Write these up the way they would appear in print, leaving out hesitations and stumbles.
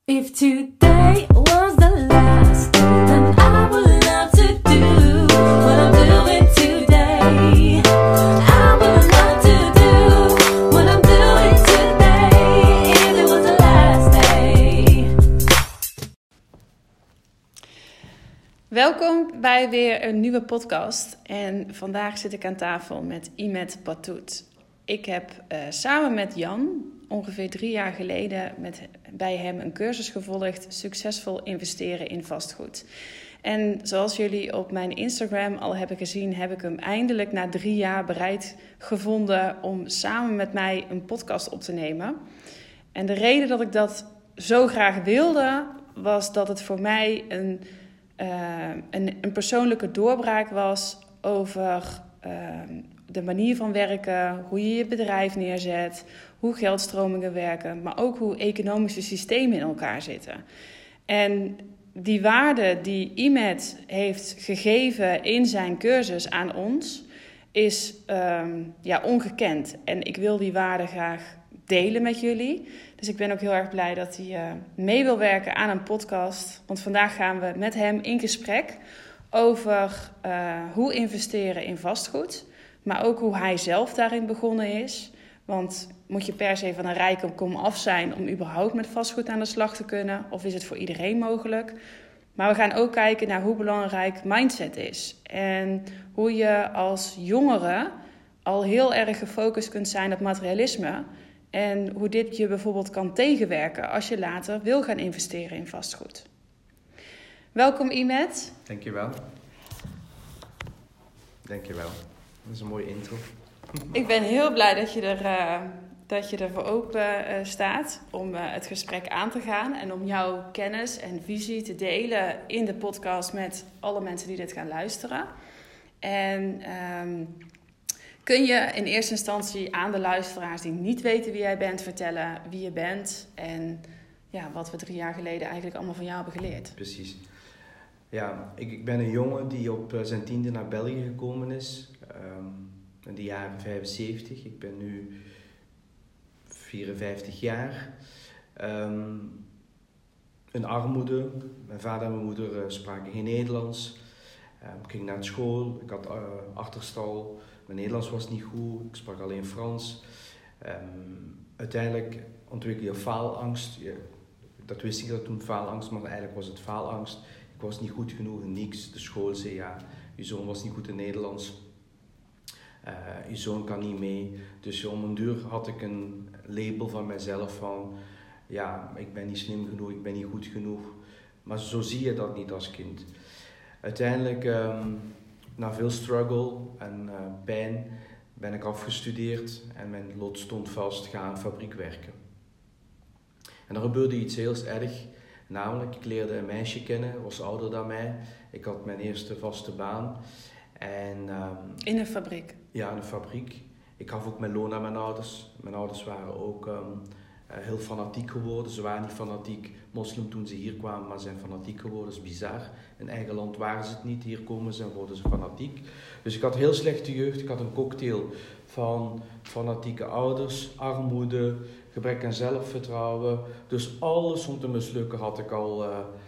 If today was the last day, then I would love to do what I'm doing today. I would love to do what I'm doing today if it was the last day. Welkom bij weer een nieuwe podcast. En vandaag zit ik aan tafel met Imet Batoet. Ik heb samen met Jan ongeveer 3 jaar geleden bij hem een cursus gevolgd. Succesvol investeren in vastgoed. En zoals jullie op mijn Instagram al hebben gezien, heb ik hem eindelijk na 3 jaar bereid gevonden om samen met mij een podcast op te nemen. En de reden dat ik dat zo graag wilde, was dat het voor mij een persoonlijke doorbraak was over de manier van werken, hoe je je bedrijf neerzet, hoe geldstromingen werken, maar ook hoe economische systemen in elkaar zitten. En die waarde die Imet heeft gegeven in zijn cursus aan ons is ongekend. En ik wil die waarde graag delen met jullie. Dus ik ben ook heel erg blij dat hij mee wil werken aan een podcast. Want vandaag gaan we met hem in gesprek over hoe investeren in vastgoed. Maar ook hoe hij zelf daarin begonnen is. Want moet je per se van een rijke kom af zijn om überhaupt met vastgoed aan de slag te kunnen? Of is het voor iedereen mogelijk? Maar we gaan ook kijken naar hoe belangrijk mindset is. En hoe je als jongere al heel erg gefocust kunt zijn op materialisme. En hoe dit je bijvoorbeeld kan tegenwerken als je later wil gaan investeren in vastgoed. Welkom Imet. Dankjewel. Dat is een mooie intro. Ik ben heel blij dat je ervoor open staat om het gesprek aan te gaan. En om jouw kennis en visie te delen in de podcast met alle mensen die dit gaan luisteren. En kun je in eerste instantie aan de luisteraars die niet weten wie jij bent vertellen wie je bent en wat we 3 jaar geleden eigenlijk allemaal van jou hebben geleerd? Precies. Ja, ik ben een jongen die op zijn 10e naar België gekomen is. In de jaren 75. Ik ben nu 54 jaar. In armoede. Mijn vader en mijn moeder spraken geen Nederlands. Ik ging naar school. Ik had achterstal. Mijn Nederlands was niet goed. Ik sprak alleen Frans. Uiteindelijk ontwikkelde je faalangst. Dat wist ik dat toen, faalangst. Maar eigenlijk was het faalangst. Ik was niet goed genoeg in niks. De school zei je zoon was niet goed in Nederlands. Je zoon kan niet mee. Dus om een duur had ik een label van mezelf van ik ben niet slim genoeg, ik ben niet goed genoeg. Maar zo zie je dat niet als kind. Uiteindelijk, na veel struggle en pijn, ben ik afgestudeerd en mijn lot stond vast, ga aan een fabriek werken. En er gebeurde iets heel erg. Namelijk, ik leerde een meisje kennen, was ouder dan mij. Ik had mijn eerste vaste baan. En, in een fabriek? Ja, in een fabriek. Ik gaf ook mijn loon aan mijn ouders. Mijn ouders waren ook heel fanatiek geworden. Ze waren niet fanatiek moslim toen ze hier kwamen, maar zijn fanatiek geworden. Dat is bizar. In eigen land waren ze het niet. Hier komen ze en worden ze fanatiek. Dus ik had heel slechte jeugd. Ik had een cocktail van fanatieke ouders, armoede, gebrek aan zelfvertrouwen. Dus alles om te mislukken had ik al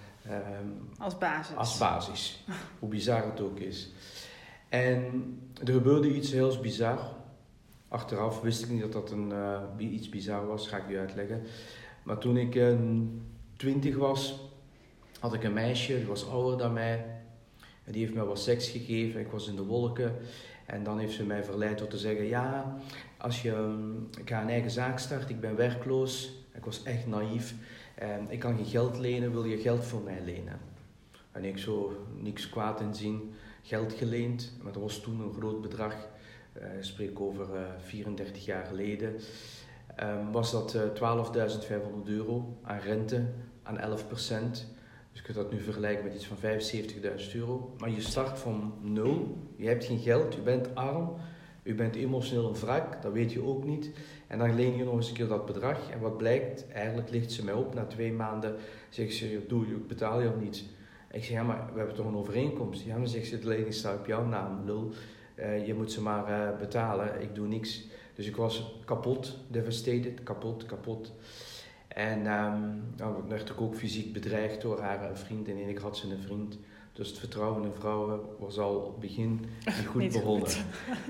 als basis. Hoe bizar het ook is. En er gebeurde iets heel bizar. Achteraf wist ik niet dat dat iets bizar was, ga ik u uitleggen. Maar toen ik 20 was, had ik een meisje, die was ouder dan mij. En die heeft mij wat seks gegeven, ik was in de wolken. En dan heeft ze mij verleid door te zeggen, ik ga een eigen zaak starten, ik ben werkloos. Ik was echt naïef. Ik kan geen geld lenen, wil je geld voor mij lenen? En ik zo niks kwaad in zien. Geld geleend, maar dat was toen een groot bedrag. Ik spreek over 34 jaar geleden. Was dat €12.500 aan rente, aan 11%. Dus je kunt dat nu vergelijken met iets van €75.000. Maar je start van 0, je hebt geen geld, je bent arm, je bent emotioneel een wrak, dat weet je ook niet. En dan leen je nog eens een keer dat bedrag. En wat blijkt, eigenlijk ligt ze mij op na 2 maanden. Zegt ze, ik betaal jou niet. Ik zeg, maar we hebben toch een overeenkomst? Ja, maar zegt ze, de lening staat op jouw naam, lul. Je moet ze maar betalen, ik doe niks. Dus ik was kapot, devastated, kapot. En dan werd ik ook fysiek bedreigd door haar vriend. En ik had ze een vriend. Dus het vertrouwen in vrouwen was al op het begin niet goed Niet begonnen. goed.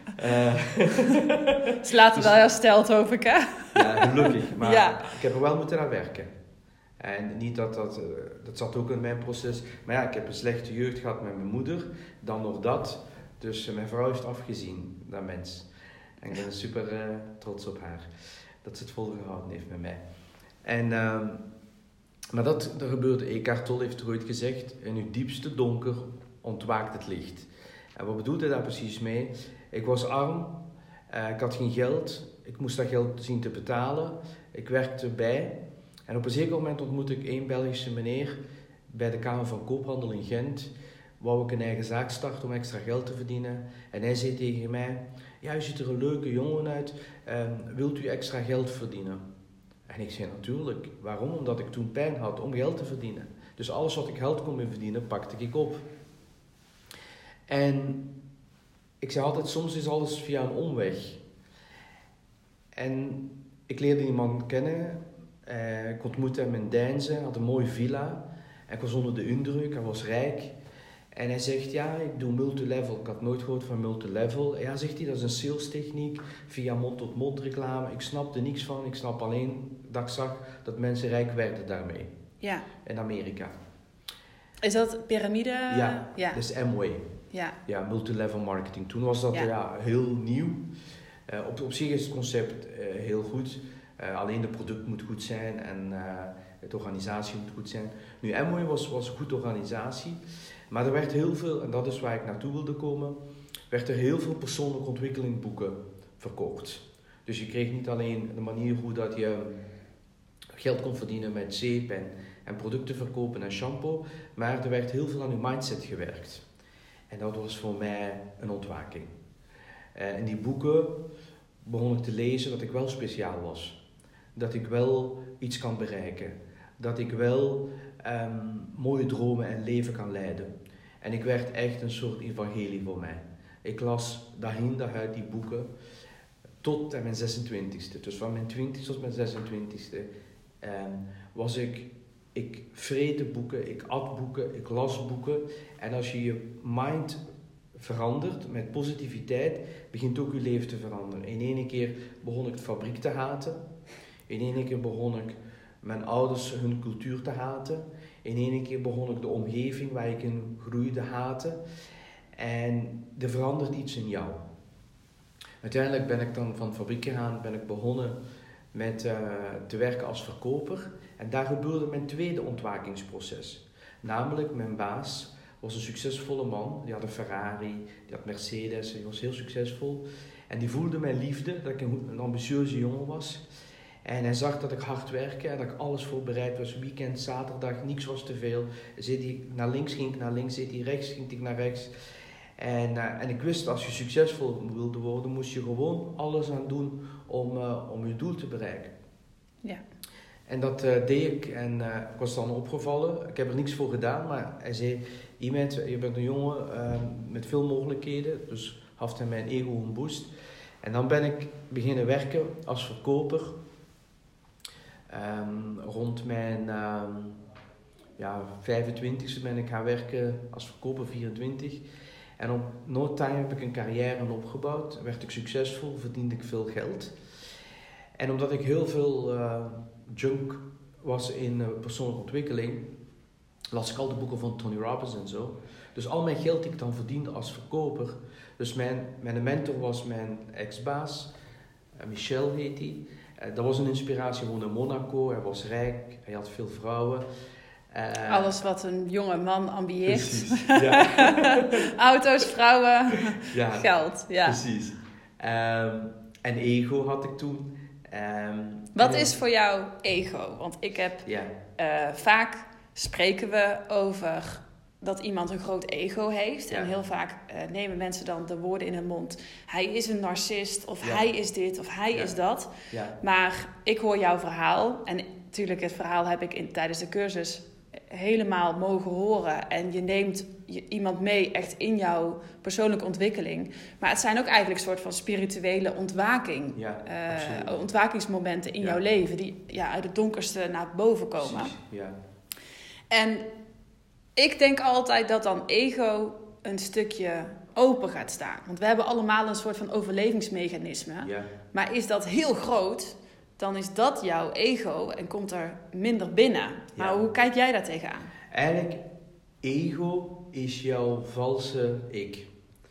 Ze laten wel hersteld, hoop ik, hè? Ja, gelukkig. Maar Ja. ik heb er wel moeten aan werken. En niet dat zat ook in mijn proces. Maar ja, ik heb een slechte jeugd gehad met mijn moeder. Dan nog dat. Dus mijn vrouw heeft afgezien, dat mens. En ik ben super trots op haar. Dat ze het volgehouden heeft met mij. En, maar dat gebeurde. Eckhart Tolle heeft ooit gezegd: in uw diepste donker ontwaakt het licht. En wat bedoelt hij daar precies mee? Ik was arm. Ik had geen geld. Ik moest dat geld zien te betalen. Ik werkte bij. En op een zeker moment ontmoette ik een Belgische meneer bij de Kamer van Koophandel in Gent. Wou ik een eigen zaak starten om extra geld te verdienen. En hij zei tegen mij: ja, u ziet er een leuke jongen uit. Wilt u extra geld verdienen? En ik zei: natuurlijk. Waarom? Omdat ik toen pijn had om geld te verdienen. Dus alles wat ik geld kon verdienen, pakte ik op. En ik zei altijd: soms is alles via een omweg. En ik leerde die man kennen. Ik ontmoette hem in Deinze, had een mooie villa. En ik was onder de indruk, hij was rijk. En hij zegt: ja, ik doe multilevel. Ik had nooit gehoord van multilevel. Ja, zegt hij, dat is een sales techniek via mond-tot-mond reclame. Ik snapte niks van. Ik snap alleen dat ik zag dat mensen rijk werden daarmee. Ja. In Amerika. Is dat piramide? Ja, Ja. dat is Amway. Ja. Ja, multilevel marketing. Toen was dat heel nieuw. Op zich is het concept heel goed. Alleen het product moet goed zijn en de organisatie moet goed zijn. Nu, Amway was een goede organisatie. Maar er werd heel veel, en dat is waar ik naartoe wilde komen, werd er heel veel persoonlijke ontwikkelingboeken verkocht. Dus je kreeg niet alleen de manier hoe dat je geld kon verdienen met zeep en producten verkopen en shampoo, maar er werd heel veel aan je mindset gewerkt. En dat was voor mij een ontwaking. In die boeken begon ik te lezen dat ik wel speciaal was. Dat ik wel iets kan bereiken. Dat ik wel mooie dromen en leven kan leiden. En ik werd echt een soort evangelie voor mij. Ik las dag uit die boeken tot mijn 26e. Dus van mijn 20 tot mijn 26e was ik vreette boeken, ik at boeken, ik las boeken. En als je je mind verandert met positiviteit, begint ook je leven te veranderen. In ene keer begon ik de fabriek te haten. In ene keer begon ik mijn ouders hun cultuur te haten. In ene keer begon ik de omgeving waar ik in groeide haten. En er verandert iets in jou. Uiteindelijk ben ik dan van de fabriek gegaan, ben ik begonnen met te werken als verkoper. En daar gebeurde mijn tweede ontwakingsproces. Namelijk, mijn baas was een succesvolle man. Die had een Ferrari, die had Mercedes, die was heel succesvol. En die voelde mijn liefde, dat ik een ambitieuze jongen was. En hij zag dat ik hard werkte en dat ik alles voorbereid was. Weekend, zaterdag, niks was te veel. Zit hij naar links, ging ik naar links. Zit hij rechts, ging ik naar rechts. En ik wist, als je succesvol wilde worden, moest je gewoon alles aan doen om je doel te bereiken. Ja. En dat deed ik en ik was dan opgevallen. Ik heb er niks voor gedaan, maar hij zei: Imet, je bent een jongen met veel mogelijkheden. Dus gaf hij mijn ego een boost. En dan ben ik beginnen werken als verkoper. Rond mijn 25e ben ik gaan werken als verkoper, 24. En op no time heb ik een carrière opgebouwd. Werd ik succesvol, verdiende ik veel geld. En omdat ik heel veel junk was in persoonlijke ontwikkeling, las ik al de boeken van Tony Robbins en zo. Dus al mijn geld die ik dan verdiende als verkoper. Dus mijn mentor was mijn ex-baas, Michel heet hij. Dat was een inspiratie, hij woonde in Monaco, hij was rijk, hij had veel vrouwen. Alles wat een jonge man ambieert. Precies, ja. Auto's, vrouwen, Ja, geld. Ja. precies. En ego had ik toen. Wat is voor jou ego? Want ik heb vaak spreken we over dat iemand een groot ego heeft. Ja. En heel vaak nemen mensen dan de woorden in hun mond. Hij is een narcist, of hij is dit, of hij is dat. Ja. Maar ik hoor jouw verhaal. En natuurlijk, het verhaal heb ik tijdens de cursus helemaal mogen horen. En je neemt iemand mee echt in jouw persoonlijke ontwikkeling. Maar het zijn ook eigenlijk een soort van spirituele ontwaking. Ja, absoluut. Ontwakingsmomenten in Ja. jouw leven die uit het donkerste naar boven komen. Precies, ja. En ik denk altijd dat dan ego een stukje open gaat staan. Want we hebben allemaal een soort van overlevingsmechanisme. Ja. Maar is dat heel groot, dan is dat jouw ego en komt er minder binnen. Maar Ja. hoe kijk jij daar tegenaan? Eigenlijk, ego is jouw valse ik.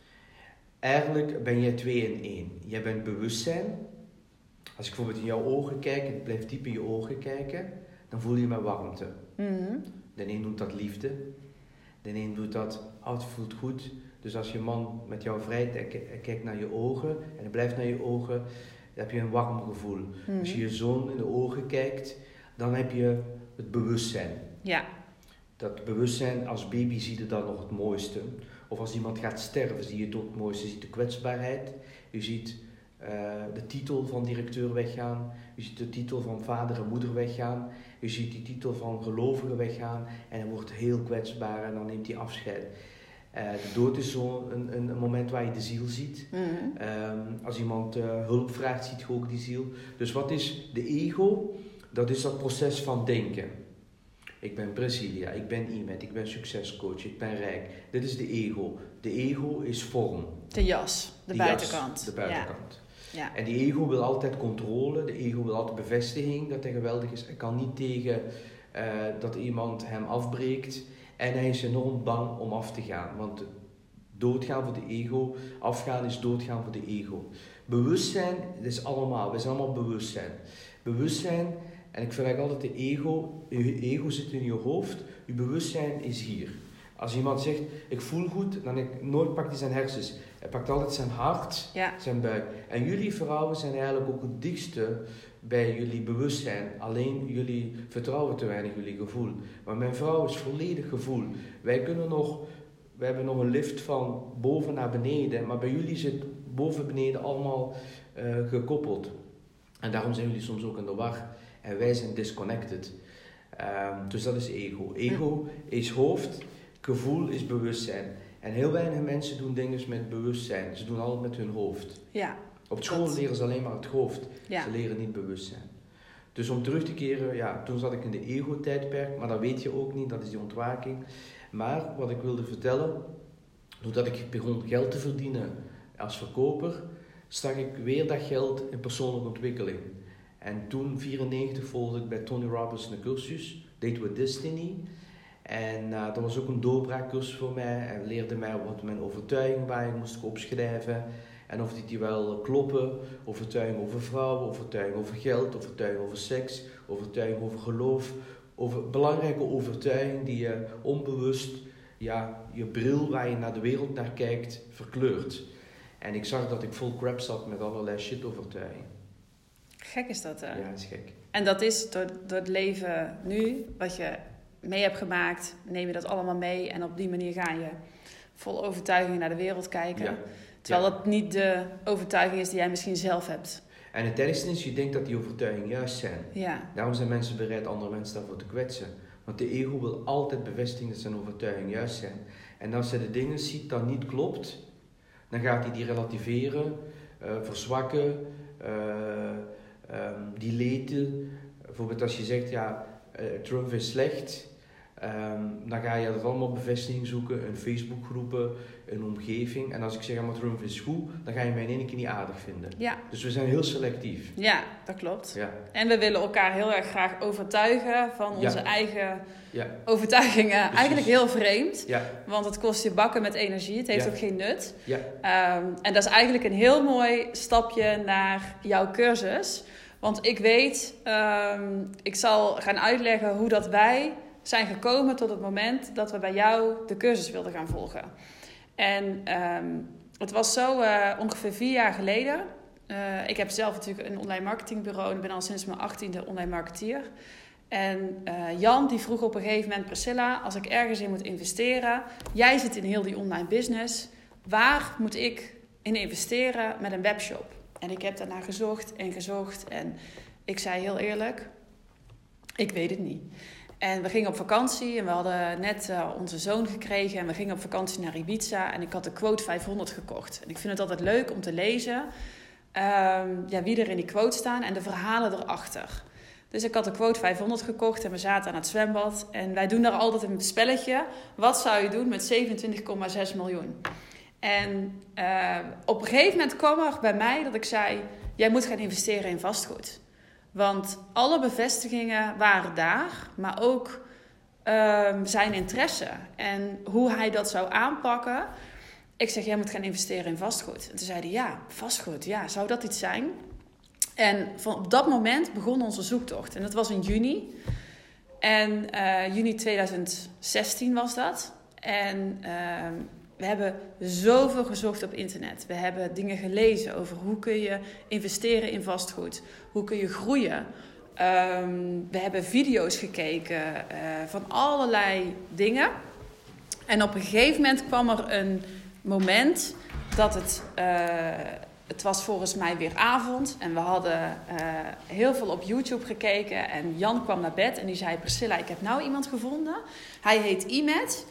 Eigenlijk ben jij 2 in 1. Jij bent bewustzijn. Als ik bijvoorbeeld in jouw ogen kijk, en ik blijf diep in je ogen kijken, dan voel je me warmte. Mhm. De een doet dat liefde. De een doet dat, het voelt goed. Dus als je man met jou vrijt en kijkt naar je ogen, en hij blijft naar je ogen, dan heb je een warm gevoel. Mhm. Als je je zoon in de ogen kijkt, dan heb je het bewustzijn. Ja, Dat bewustzijn, als baby zie je dan nog het mooiste. Of als iemand gaat sterven, zie je het ook het mooiste. Je ziet de kwetsbaarheid. Je ziet de titel van directeur weggaan. Je ziet de titel van vader en moeder weggaan. Je ziet die titel van gelovige weggaan. En hij wordt heel kwetsbaar en dan neemt hij afscheid. De dood is een moment waar je de ziel ziet. Mhm. Als iemand hulp vraagt, ziet je ook die ziel. Dus wat is de ego? Dat is dat proces van denken. Ik ben Brasilia, ik ben iemand, ik ben succescoach, ik ben rijk. Dit is de ego. De ego is vorm. de jas, de buitenkant. Jas, de buitenkant. Ja. En die ego wil altijd controle, de ego wil altijd bevestiging dat hij geweldig is. Hij kan niet tegen dat iemand hem afbreekt. En hij is enorm bang om af te gaan. Want doodgaan voor de ego, afgaan is doodgaan voor de ego. Bewustzijn, dat is allemaal, we zijn allemaal bewustzijn. Bewustzijn, en ik vergelijk altijd de ego, je ego zit in je hoofd, je bewustzijn is hier. Als iemand zegt, ik voel goed, dan nooit pakt hij zijn hersens. Hij pakt altijd zijn hart, Ja. zijn buik. En jullie vrouwen zijn eigenlijk ook het dichtste bij jullie bewustzijn. Alleen jullie vertrouwen te weinig jullie gevoel. Maar mijn vrouw is volledig gevoel. We hebben nog een lift van boven naar beneden, maar bij jullie zit boven beneden allemaal gekoppeld. En daarom zijn jullie soms ook in de war. En wij zijn disconnected. Dus dat is ego. Ego is hoofd, gevoel is bewustzijn. En heel weinig mensen doen dingen met bewustzijn. Ze doen alles met hun hoofd. Ja. Op school leren ze alleen maar het hoofd. Ja. Ze leren niet bewustzijn. Dus om terug te keren, ja, toen zat ik in de ego-tijdperk, maar dat weet je ook niet, dat is die ontwaking. Maar wat ik wilde vertellen, doordat ik begon geld te verdienen als verkoper, stak ik weer dat geld in persoonlijke ontwikkeling. En toen, 1994, volgde ik bij Tony Robbins een cursus, Date with Destiny. En dat was ook een doorbraakcursus voor mij. Hij leerde mij wat mijn overtuigingen waren, moest ik opschrijven. En of die wel kloppen, overtuiging over vrouwen, overtuiging over geld, overtuiging over seks, overtuiging over geloof. Over belangrijke overtuigingen die je onbewust, ja, je bril waar je naar de wereld naar kijkt, verkleurt. En ik zag dat ik vol crap zat met allerlei shit overtuigingen. Gek is dat, hè? Ja, dat is gek. En dat is door het leven nu, wat je mee hebt gemaakt, neem je dat allemaal mee. En op die manier ga je vol overtuiging naar de wereld kijken. Ja. Terwijl Ja. dat niet de overtuiging is die jij misschien zelf hebt. En het ergste is, je denkt dat die overtuigingen juist zijn. Ja, Daarom zijn mensen bereid andere mensen daarvoor te kwetsen. Want de ego wil altijd bevestigen dat zijn overtuigingen juist zijn. En als hij de dingen ziet dat niet klopt, dan gaat hij die relativeren, verzwakken, die leten. Bijvoorbeeld als je zegt, ja, Trump is slecht, dan ga je dat allemaal bevestiging zoeken in Facebookgroepen, een omgeving. En als ik zeg, ja, maar Trump is goed, dan ga je mij in één keer niet aardig vinden. ja, Dus we zijn heel selectief. ja, dat klopt. Ja, En we willen elkaar heel erg graag overtuigen van onze Ja. eigen ja, overtuigingen. Precies. Eigenlijk heel vreemd, ja, want het kost je bakken met energie. Het heeft Ja. ook geen nut. ja. En dat is eigenlijk een heel mooi stapje naar jouw cursus. Want ik weet, ik zal gaan uitleggen hoe dat wij zijn gekomen tot het moment dat we bij jou de cursus wilden gaan volgen. En het was zo ongeveer 4 jaar geleden. Ik heb zelf natuurlijk een online marketingbureau en ik ben al sinds mijn 18e online marketeer. En Jan die vroeg op een gegeven moment, Priscilla, als ik ergens in moet investeren, jij zit in heel die online business, waar moet ik in investeren met een webshop? En ik heb daarna gezocht en ik zei heel eerlijk, ik weet het niet. En we gingen op vakantie en we hadden net onze zoon gekregen. En we gingen op vakantie naar Ibiza. En ik had de quote 500 gekocht. En ik vind het altijd leuk om te lezen wie er in die quote staan en de verhalen erachter. Dus ik had de quote 500 gekocht en we zaten aan het zwembad. En wij doen daar altijd een spelletje. Wat zou je doen met 27,6 miljoen? En op een gegeven moment kwam er bij mij dat ik zei... jij moet gaan investeren in vastgoed. Want alle bevestigingen waren daar, maar ook zijn interesse. En hoe hij dat zou aanpakken. Ik zeg, jij moet gaan investeren in vastgoed. En toen zei hij, ja, vastgoed, ja, zou dat iets zijn? En op dat moment begon onze zoektocht. En dat was in juni. En juni 2016 was dat. En we hebben zoveel gezocht op internet. We hebben dingen gelezen over hoe kun je investeren in vastgoed. Hoe kun je groeien. We hebben video's gekeken van allerlei dingen. En op een gegeven moment kwam er een moment dat het was volgens mij weer avond. En we hadden heel veel op YouTube gekeken. En Jan kwam naar bed en die zei... Priscilla, ik heb nou iemand gevonden. Hij heet Imet.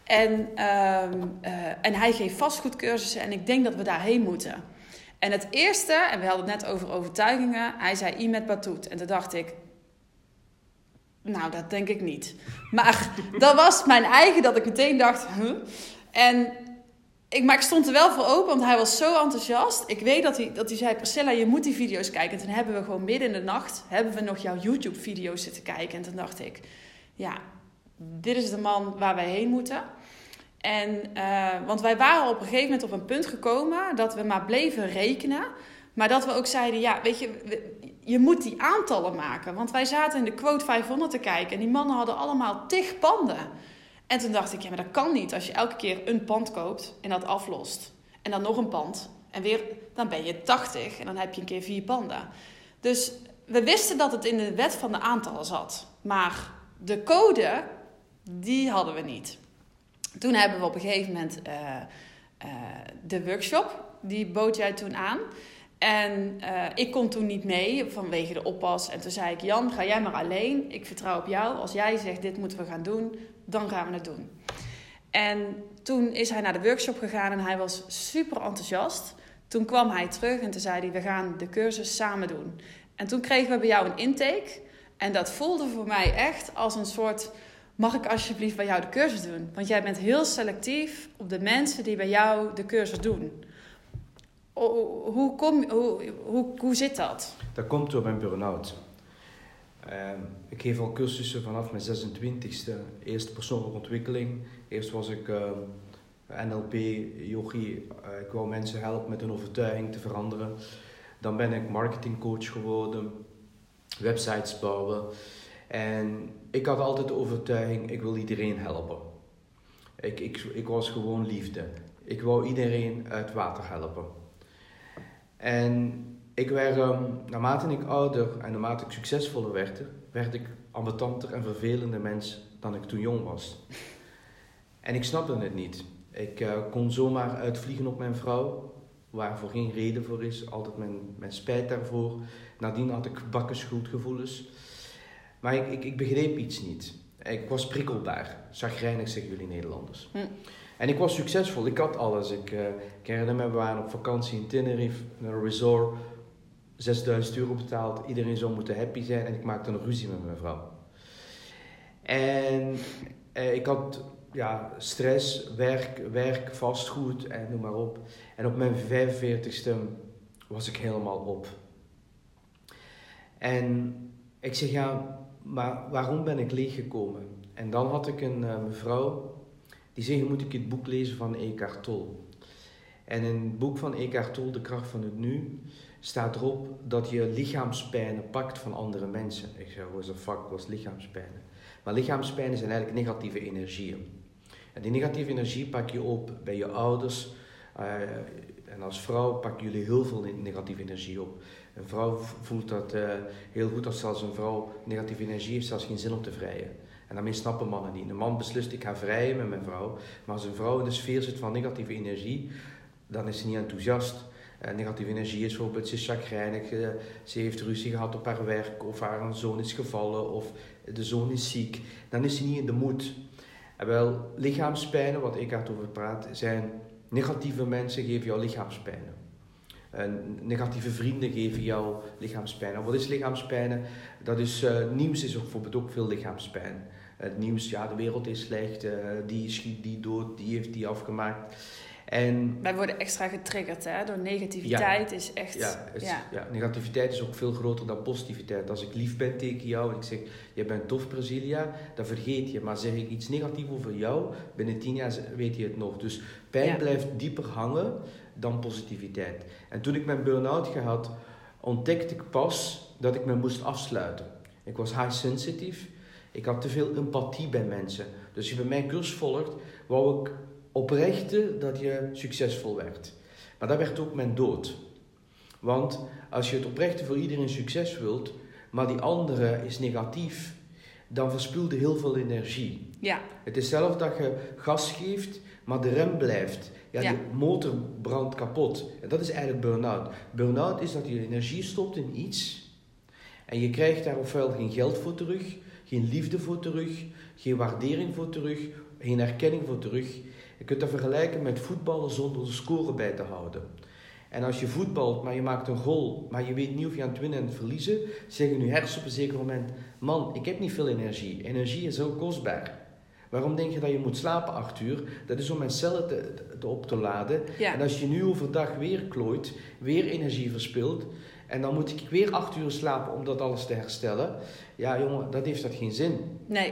En hij geeft vastgoedcursussen. En ik denk dat we daarheen moeten. En het eerste, en we hadden het net over overtuigingen. Hij zei Imet Batoet. En toen dacht ik... nou, dat denk ik niet. Maar dat was mijn eigen dat ik meteen dacht... Maar ik stond er wel voor open, want hij was zo enthousiast. Ik weet dat hij zei, Priscilla, je moet die video's kijken. En toen hebben we gewoon midden in de nacht... hebben we nog jouw YouTube-video's zitten kijken. En toen dacht ik, ja, dit is de man waar wij heen moeten. En, want wij waren op een gegeven moment op een punt gekomen... dat we maar bleven rekenen. Maar dat we ook zeiden, ja, weet je... je moet die aantallen maken. Want wij zaten in de quote 500 te kijken... en die mannen hadden allemaal 10 panden... En toen dacht ik, ja, maar dat kan niet. Als je elke keer een pand koopt en dat aflost. En dan nog een pand. En weer, dan ben je 80. En dan heb je een keer 4 panden. Dus we wisten dat het in de wet van de aantallen zat. Maar de code, die hadden we niet. Toen hebben we op een gegeven moment de workshop. Die bood jij toen aan. En ik kon toen niet mee vanwege de oppas. En toen zei ik, Jan, ga jij maar alleen. Ik vertrouw op jou. Als jij zegt, dit moeten we gaan doen, dan gaan we het doen. En toen is hij naar de workshop gegaan en hij was super enthousiast. Toen kwam hij terug en toen zei hij, we gaan de cursus samen doen. En toen kregen we bij jou een intake. En dat voelde voor mij echt als een soort... mag ik alsjeblieft bij jou de cursus doen? Want jij bent heel selectief op de mensen die bij jou de cursus doen. Hoe zit dat? Dat komt door mijn burn-out. Ik geef al cursussen vanaf mijn 26e. Eerst persoonlijke ontwikkeling. Eerst was ik NLP, yogi. Ik wou mensen helpen met hun overtuiging te veranderen. Dan ben ik marketingcoach geworden. Websites bouwen. En ik had altijd de overtuiging, ik wil iedereen helpen. Ik was gewoon liefde. Ik wou iedereen uit water helpen. En ik werd, naarmate ik ouder en naarmate ik succesvoller werd ik ambetanter en vervelender mens dan ik toen jong was. En ik snapte het niet. Ik kon zomaar uitvliegen op mijn vrouw, waarvoor geen reden voor is. Altijd mijn spijt daarvoor. Nadien had ik bakken schuldgevoelens. Maar ik begreep iets niet. Ik was prikkelbaar. Chagrijnig, zeggen jullie Nederlanders. En ik was succesvol. Ik had alles. Ik herinner me, we waren op vakantie in Tenerife, in een resort. 6.000 euro betaald. Iedereen zou moeten happy zijn. En ik maakte een ruzie met mijn vrouw. En ik had stress, werk, vastgoed en noem maar op. En op mijn 45ste was ik helemaal op. En ik zeg, ja, maar waarom ben ik leeggekomen? En dan had ik een mevrouw die zei, moet ik het boek lezen van Eckhart Tolle. En in het boek van Eckhart Tolle, De kracht van het nu, staat erop dat je lichaamspijnen pakt van andere mensen. Ik zeg, what the fuck was lichaamspijnen? Maar lichaamspijnen zijn eigenlijk negatieve energieën. En die negatieve energie pak je op bij je ouders. En als vrouw pakken jullie heel veel negatieve energie op. Een vrouw voelt dat heel goed als zelfs een vrouw negatieve energie heeft, zelfs geen zin om te vrijen. En daarmee snappen mannen niet. Een man beslist, ik ga vrijen met mijn vrouw. Maar als een vrouw in de sfeer zit van negatieve energie, dan is ze niet enthousiast. Negatieve energie is bijvoorbeeld, ze is chagrijnig, ze heeft ruzie gehad op haar werk, of haar zoon is gevallen, of de zoon is ziek. Dan is ze niet in de moed. En wel, lichaamspijnen, wat ik over praat, zijn negatieve mensen geven jou lichaamspijnen. Negatieve vrienden geven jou lichaamspijn. En wat is lichaamspijnen? Dat is, nieuws is ook bijvoorbeeld ook veel lichaamspijn. Het nieuws, ja, de wereld is slecht, die schiet die dood, die heeft die afgemaakt. En Wij worden extra getriggerd door negativiteit. Ja. Is echt... Ja, negativiteit is ook veel groter dan positiviteit. Als ik lief ben tegen jou en ik zeg, je bent tof Brasilia, dan vergeet je. Maar zeg ik iets negatiefs over jou, binnen 10 jaar weet je het nog. Dus pijn blijft dieper hangen dan positiviteit. En toen ik mijn burn-out gehad, ontdekte ik pas dat ik me moest afsluiten. Ik was high sensitive. Ik had te veel empathie bij mensen. Dus als je bij mijn cursus volgt, wou ik oprechten dat je succesvol werd. Maar dat werd ook mijn dood. Want als je het oprechten voor iedereen succes wilt, maar die andere is negatief, dan verspil je heel veel energie. Ja. Het is zelf dat je gas geeft, maar de rem blijft. Ja, de motor brandt kapot. En dat is eigenlijk burn-out. Burn-out is dat je energie stopt in iets en je krijgt daar ofwel geen geld voor terug, geen liefde voor terug, geen waardering voor terug, geen erkenning voor terug. Je kunt dat vergelijken met voetballen zonder de score bij te houden. En als je voetbalt, maar je maakt een goal, maar je weet niet of je aan het winnen en het verliezen, zeggen je hersen op een zeker moment, man, ik heb niet veel energie. Energie is heel kostbaar. Waarom denk je dat je moet slapen 8 uur? Dat is om mijn cellen op te laden. Ja. En als je nu overdag weer klooit, weer energie verspilt, en dan moet ik weer 8 uur slapen om dat alles te herstellen. Ja, jongen, dat heeft geen zin. Nee.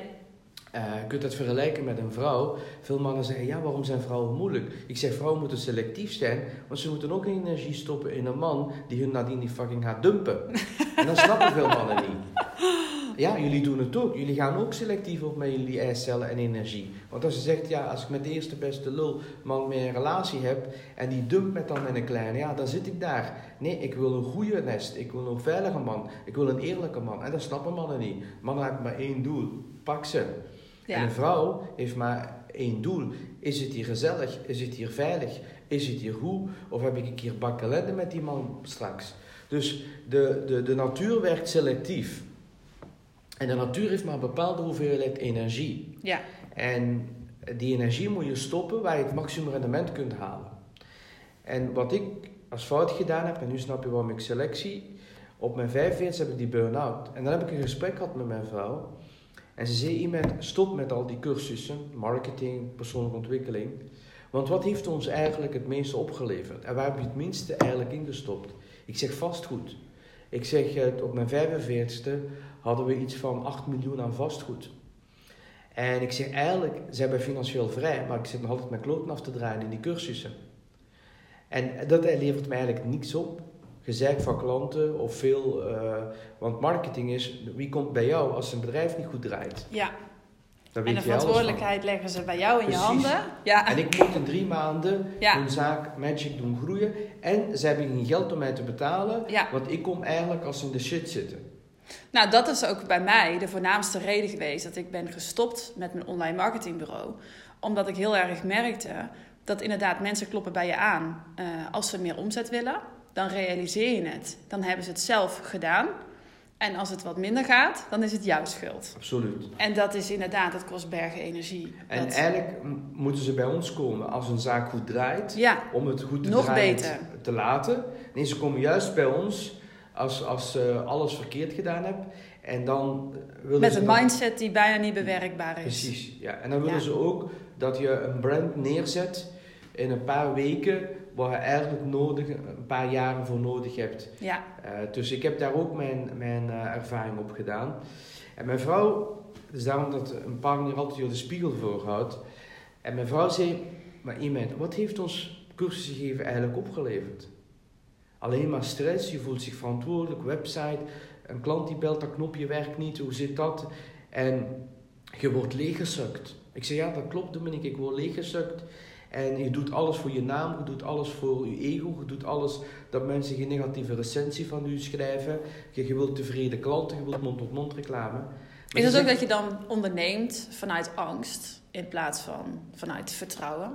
Je kunt dat vergelijken met een vrouw. Veel mannen zeggen, ja, waarom zijn vrouwen moeilijk? Ik zeg, vrouwen moeten selectief zijn, want ze moeten ook energie stoppen in een man die hun nadien niet fucking gaat dumpen. En dat snappen veel mannen niet. Ja, jullie doen het ook. Jullie gaan ook selectief op met jullie eicellen en energie. Want als je zegt, ja, als ik met de eerste beste lul man mee een relatie heb en die dumpt met dan met een kleine, ja, dan zit ik daar. Nee, ik wil een goede nest. Ik wil een veilige man. Ik wil een eerlijke man. En dat snappen mannen niet. Mannen hebben maar 1 doel. Pak ze. Ja. En een vrouw heeft maar 1 doel. Is het hier gezellig? Is het hier veilig? Is het hier goed? Of heb ik een keer bakkelende met die man straks? Dus de natuur werkt selectief. En de natuur heeft maar een bepaalde hoeveelheid energie. Ja. En die energie moet je stoppen waar je het maximum rendement kunt halen. En wat ik als fout gedaan heb, en nu snap je waarom ik selectie, op mijn 45 heb ik die burn-out. En dan heb ik een gesprek gehad met mijn vrouw. En ze zei, iemand, stop met al die cursussen, marketing, persoonlijke ontwikkeling. Want wat heeft ons eigenlijk het meeste opgeleverd? En waar heb je het minste eigenlijk ingestopt? Ik zeg vastgoed. Ik zeg, op mijn 45e hadden we iets van 8 miljoen aan vastgoed. En ik zeg, eigenlijk zijn wij financieel vrij, maar ik zit nog altijd mijn kloten af te draaien in die cursussen. En dat levert me eigenlijk niks op. Gezeik van klanten of veel, want marketing is, wie komt bij jou als een bedrijf niet goed draait? Ja. En de verantwoordelijkheid leggen ze bij jou in je handen. Ja. En ik moet in 3 maanden hun zaak Magic doen groeien. En ze hebben geen geld om mij te betalen. Ja. Want ik kom eigenlijk als ze in de shit zitten. Nou, dat is ook bij mij de voornaamste reden geweest dat ik ben gestopt met mijn online marketingbureau. Omdat ik heel erg merkte dat inderdaad mensen kloppen bij je aan als ze meer omzet willen. Dan realiseer je het. Dan hebben ze het zelf gedaan. En als het wat minder gaat, dan is het jouw schuld. Absoluut. En dat is inderdaad, dat kost bergen energie. En eigenlijk moeten ze bij ons komen als een zaak goed draait. Ja, om het goed te nog draaien beter te laten. Nee, ze komen juist bij ons als ze alles verkeerd gedaan hebben. En dan willen met ze een mindset die bijna niet bewerkbaar is. Precies, ja. En dan willen ze ook dat je een brand neerzet in een paar weken, waar je eigenlijk een paar jaren voor nodig hebt. Ja. Dus ik heb daar ook mijn ervaring op gedaan. En mijn vrouw, dus daarom dat een partner altijd de spiegel voorhoudt. En mijn vrouw zei, maar iemand, wat heeft ons cursussen geven eigenlijk opgeleverd? Alleen maar stress, je voelt zich verantwoordelijk, website, een klant die belt, dat knopje werkt niet, hoe zit dat? En je wordt leeggesukt. Ik zei, ja, dat klopt Dominique, ik word leeggesukt. En je doet alles voor je naam, je doet alles voor je ego, je doet alles dat mensen geen negatieve recensie van u schrijven. Je wilt tevreden klanten, je wilt mond-tot-mond reclame. Maar is het ook dat je dan onderneemt vanuit angst in plaats van vanuit vertrouwen?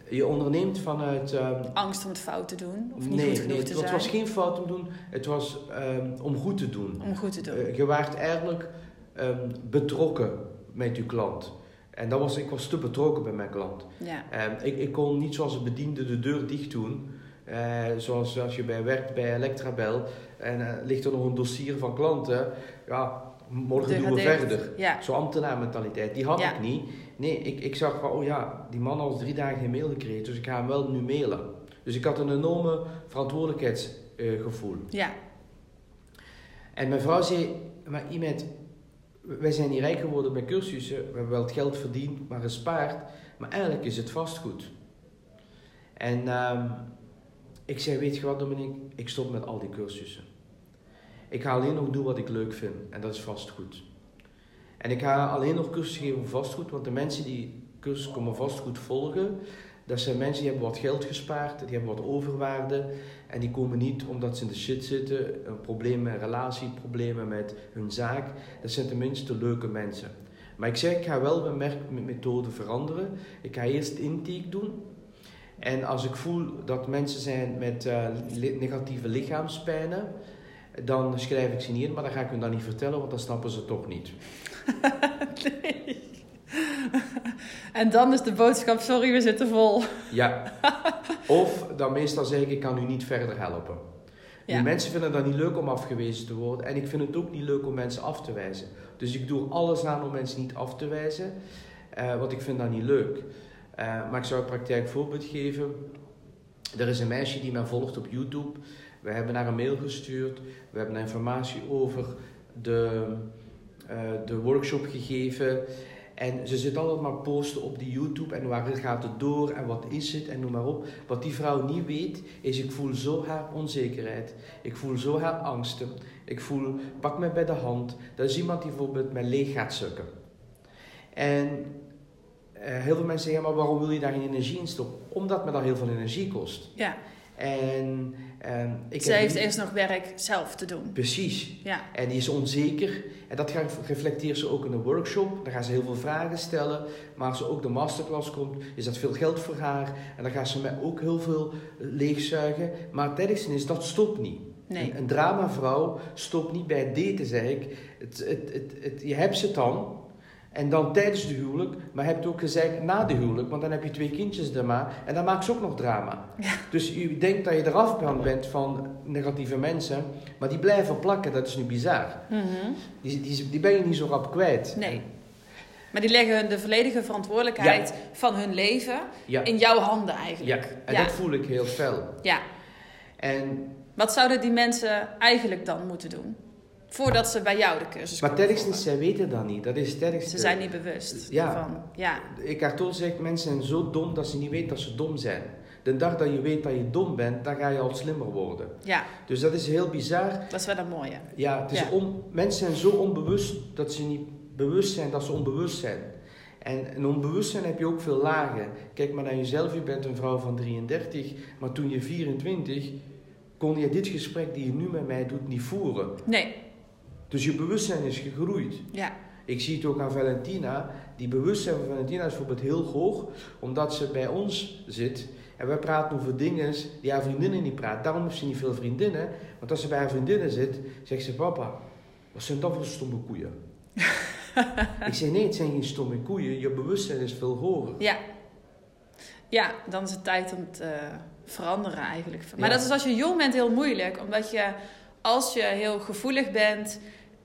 Je onderneemt vanuit... Angst om het fout te doen of niet goed genoeg te zijn? Het was geen fout om te doen. Het was om goed te doen. Om goed te doen. Je waart eigenlijk betrokken met je klant. En ik was te betrokken bij mijn klant. Ja. Ik kon niet zoals een bediende de deur dicht doen. Zoals als je werkt bij Electrabel en ligt er nog een dossier van klanten. Ja, morgen doen we verder. Ja. Zo'n ambtenaarmentaliteit, die had Ja. ik niet. Nee, ik zag van, oh ja, die man had al 3 dagen geen mail gekregen, dus ik ga hem wel nu mailen. Dus ik had een enorme verantwoordelijkheidsgevoel. Ja. En mijn vrouw zei, maar Imet, wij zijn niet rijk geworden met cursussen, we hebben wel het geld verdiend, maar gespaard, maar eigenlijk is het vastgoed. En ik zei, weet je wat Dominique, ik stop met al die cursussen. Ik ga alleen nog doen wat ik leuk vind, en dat is vastgoed. En ik ga alleen nog cursussen geven over vastgoed, want de mensen die cursus komen vastgoed volgen, dat zijn mensen die hebben wat geld gespaard, die hebben wat overwaarde, en die komen niet omdat ze in de shit zitten, een probleem met relatieproblemen met hun zaak. Dat zijn tenminste leuke mensen. Maar ik zeg, ik ga wel mijn merkmethode veranderen. Ik ga eerst intake doen. En als ik voel dat mensen zijn met negatieve lichaamspijnen, dan schrijf ik ze niet in, maar dan ga ik hun dat niet vertellen, want dan snappen ze toch niet. Nee. En dan is de boodschap, sorry, we zitten vol. Ja. Of dan meestal zeg ik kan u niet verder helpen. Ja. Die mensen vinden dat niet leuk om afgewezen te worden. En ik vind het ook niet leuk om mensen af te wijzen. Dus ik doe alles aan om mensen niet af te wijzen. Want ik vind dat niet leuk. Maar ik zou een praktijkvoorbeeld geven. Er is een meisje die mij volgt op YouTube. We hebben haar een mail gestuurd. We hebben haar informatie over de workshop gegeven. En ze zit altijd maar posten op die YouTube en waar gaat het door en wat is het en noem maar op. Wat die vrouw niet weet is, ik voel zo haar onzekerheid. Ik voel zo haar angsten. Ik voel, pak mij bij de hand. Dat is iemand die bijvoorbeeld mij leeg gaat sukken. En heel veel mensen zeggen, maar waarom wil je daar geen energie in stoppen? Omdat me dat heel veel energie kost. Ja. En Zij heeft eerst nog werk zelf te doen. Precies. Ja. En die is onzeker. En dat reflecteert ze ook in de workshop. Dan gaan ze heel veel vragen stellen. Maar als ze ook de masterclass komt, is dat veel geld voor haar. En dan gaat ze mij ook heel veel leegzuigen. Maar het ergste is, dat stopt niet. Nee. Een dramavrouw stopt niet bij het daten, zeg ik. Je hebt ze dan. En dan tijdens de huwelijk, maar je hebt ook gezegd na de huwelijk, want dan heb je 2 kindjes ermee en dan maakt ze ook nog drama. Ja. Dus je denkt dat je eraf bent van negatieve mensen, maar die blijven plakken, dat is nu bizar. Mm-hmm. Die ben je niet zo rap kwijt. Nee. Maar die leggen de volledige verantwoordelijkheid van hun leven in jouw handen eigenlijk. Ja, en dat voel ik heel fel. Ja. En wat zouden die mensen eigenlijk dan moeten doen? Voordat ze bij jou de cursus maar komen sterkste, volgen? zij weten dat niet. Dat is sterkste. Ze zijn niet bewust ervan. Ja. Eckhart Tolle zegt, mensen zijn zo dom dat ze niet weten dat ze dom zijn. De dag dat je weet dat je dom bent, dan ga je al slimmer worden. Ja. Dus dat is heel bizar. Dat is wel een mooie. Ja, het is mensen zijn zo onbewust dat ze niet bewust zijn dat ze onbewust zijn. En een onbewustzijn heb je ook veel lagen. Kijk maar naar jezelf, je bent een vrouw van 33, maar toen je 24, kon je dit gesprek die je nu met mij doet niet voeren. Nee. Dus je bewustzijn is gegroeid. Ja. Ik zie het ook aan Valentina. Die bewustzijn van Valentina is bijvoorbeeld heel hoog, omdat ze bij ons zit. En wij praten over dingen die haar vriendinnen niet praten. Daarom heeft ze niet veel vriendinnen. Want als ze bij haar vriendinnen zit, zegt ze, papa, wat zijn dat voor stomme koeien? Ik zeg, nee, het zijn geen stomme koeien. Je bewustzijn is veel hoger. Ja. Ja, dan is het tijd om te veranderen eigenlijk. Maar Ja. dat is als je jong bent heel moeilijk. Omdat je, als je heel gevoelig bent,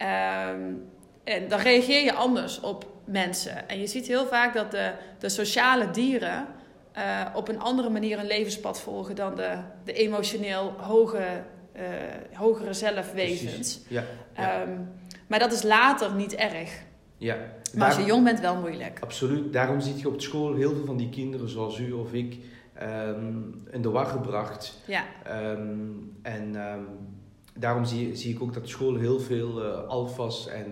en dan reageer je anders op mensen. En je ziet heel vaak dat de sociale dieren op een andere manier een levenspad volgen dan de emotioneel hogere zelfwezens. Precies. Ja. Ja. Maar dat is later niet erg. Ja. Maar als je jong bent, wel moeilijk. Absoluut. Daarom zie je op school heel veel van die kinderen zoals u of ik in de war gebracht. Ja. Daarom zie ik ook dat school heel veel alfa's en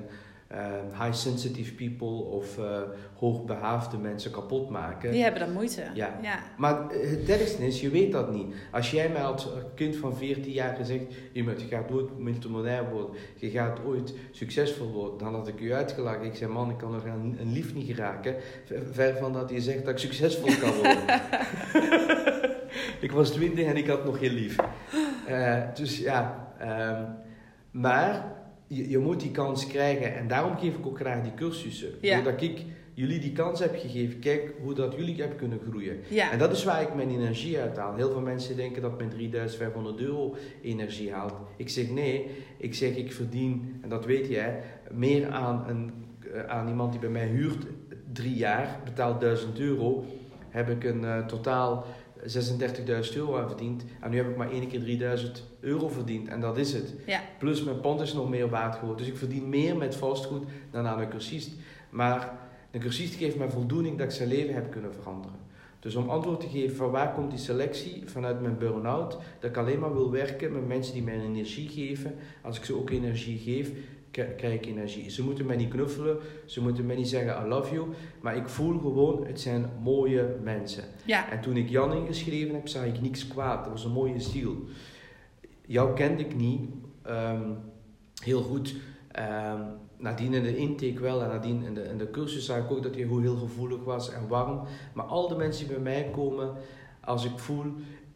high sensitive people of hoogbehaafde mensen kapot maken. Die hebben dan moeite. Ja. Ja. Maar het ergste is, je weet dat niet. Als jij mij als kind van 14 jaar gezegd, iemand, je gaat ooit multimiljonair worden, je gaat ooit succesvol worden, dan had ik u uitgelachen. Ik zei, man, ik kan nog aan een lief niet geraken. Ver van dat je zegt dat ik succesvol kan worden. Ik was 20 en ik had nog geen lief. Dus ja, maar je moet die kans krijgen en daarom geef ik ook graag die cursussen. Ja. Doordat ik jullie die kans heb gegeven, kijk hoe dat jullie hebben kunnen groeien. Ja. En dat is waar ik mijn energie uit haal. Heel veel mensen denken dat men €3.500 energie haalt. Ik zeg nee, ik verdien, en dat weet jij, meer aan iemand die bij mij huurt 3 jaar, betaalt €1.000, heb ik een totaal €36.000 aan verdiend. En nu heb ik maar 1 keer €3.000 verdiend. En dat is het. Ja. Plus mijn pand is nog meer waard geworden. Dus ik verdien meer met vastgoed dan aan een cursist. Maar een cursist geeft mij voldoening dat ik zijn leven heb kunnen veranderen. Dus om antwoord te geven van waar komt die selectie vanuit mijn burn-out. Dat ik alleen maar wil werken met mensen die mij energie geven. Als ik ze ook energie geef, krijg ik energie. Ze moeten mij niet knuffelen, ze moeten mij niet zeggen I love you, maar ik voel gewoon, het zijn mooie mensen. Ja. En toen ik Jan ingeschreven heb, zag ik niks kwaad. Dat was een mooie ziel. Jou kende ik niet heel goed. Nadien in de intake wel en nadien in de cursus zag ik ook dat hij heel gevoelig was en warm. Maar al de mensen die bij mij komen, als ik voel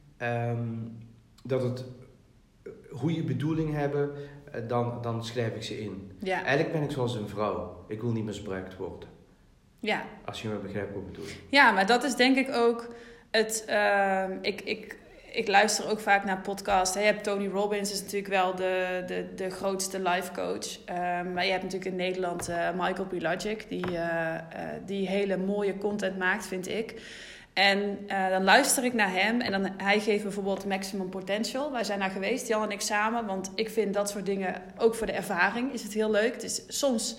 dat het goede bedoeling hebben, dan schrijf ik ze in. Ja. Eigenlijk ben ik zoals een vrouw. Ik wil niet misbruikt worden. Ja. Als je me begrijpt wat ik bedoel. Ja, maar dat is denk ik ook het. Ik luister ook vaak naar podcasts. Je hebt Tony Robbins, is natuurlijk wel de grootste life coach. Maar je hebt natuurlijk in Nederland Michael Pilagic, die hele mooie content maakt, vind ik. En dan luister ik naar hem en hij geeft bijvoorbeeld Maximum Potential. Wij zijn daar geweest, Jan en ik samen, want ik vind dat soort dingen, ook voor de ervaring, is het heel leuk. Het is, soms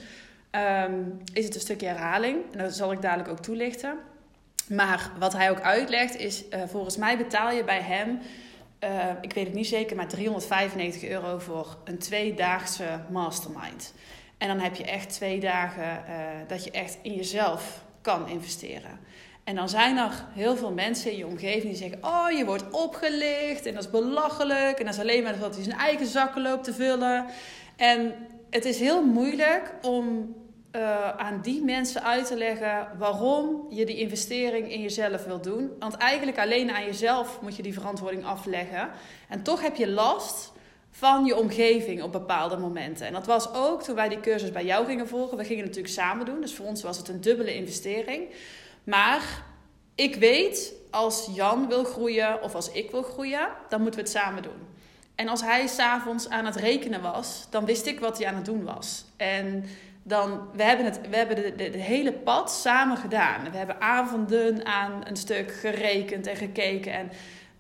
is het een stukje herhaling en dat zal ik dadelijk ook toelichten. Maar wat hij ook uitlegt is, volgens mij betaal je bij hem, ik weet het niet zeker, maar €395 voor een 2-daagse mastermind. En dan heb je echt 2 dagen dat je echt in jezelf kan investeren. En dan zijn er heel veel mensen in je omgeving die zeggen, oh, je wordt opgelicht en dat is belachelijk. En dat is alleen maar dat hij zijn eigen zakken loopt te vullen. En het is heel moeilijk om aan die mensen uit te leggen waarom je die investering in jezelf wil doen. Want eigenlijk alleen aan jezelf moet je die verantwoording afleggen. En toch heb je last van je omgeving op bepaalde momenten. En dat was ook toen wij die cursus bij jou gingen volgen. We gingen het natuurlijk samen doen, dus voor ons was het een dubbele investering. Maar ik weet, als Jan wil groeien of als ik wil groeien, dan moeten we het samen doen. En als hij 's avonds aan het rekenen was, dan wist ik wat hij aan het doen was. En we hebben de hele pad samen gedaan. We hebben avonden aan een stuk gerekend en gekeken.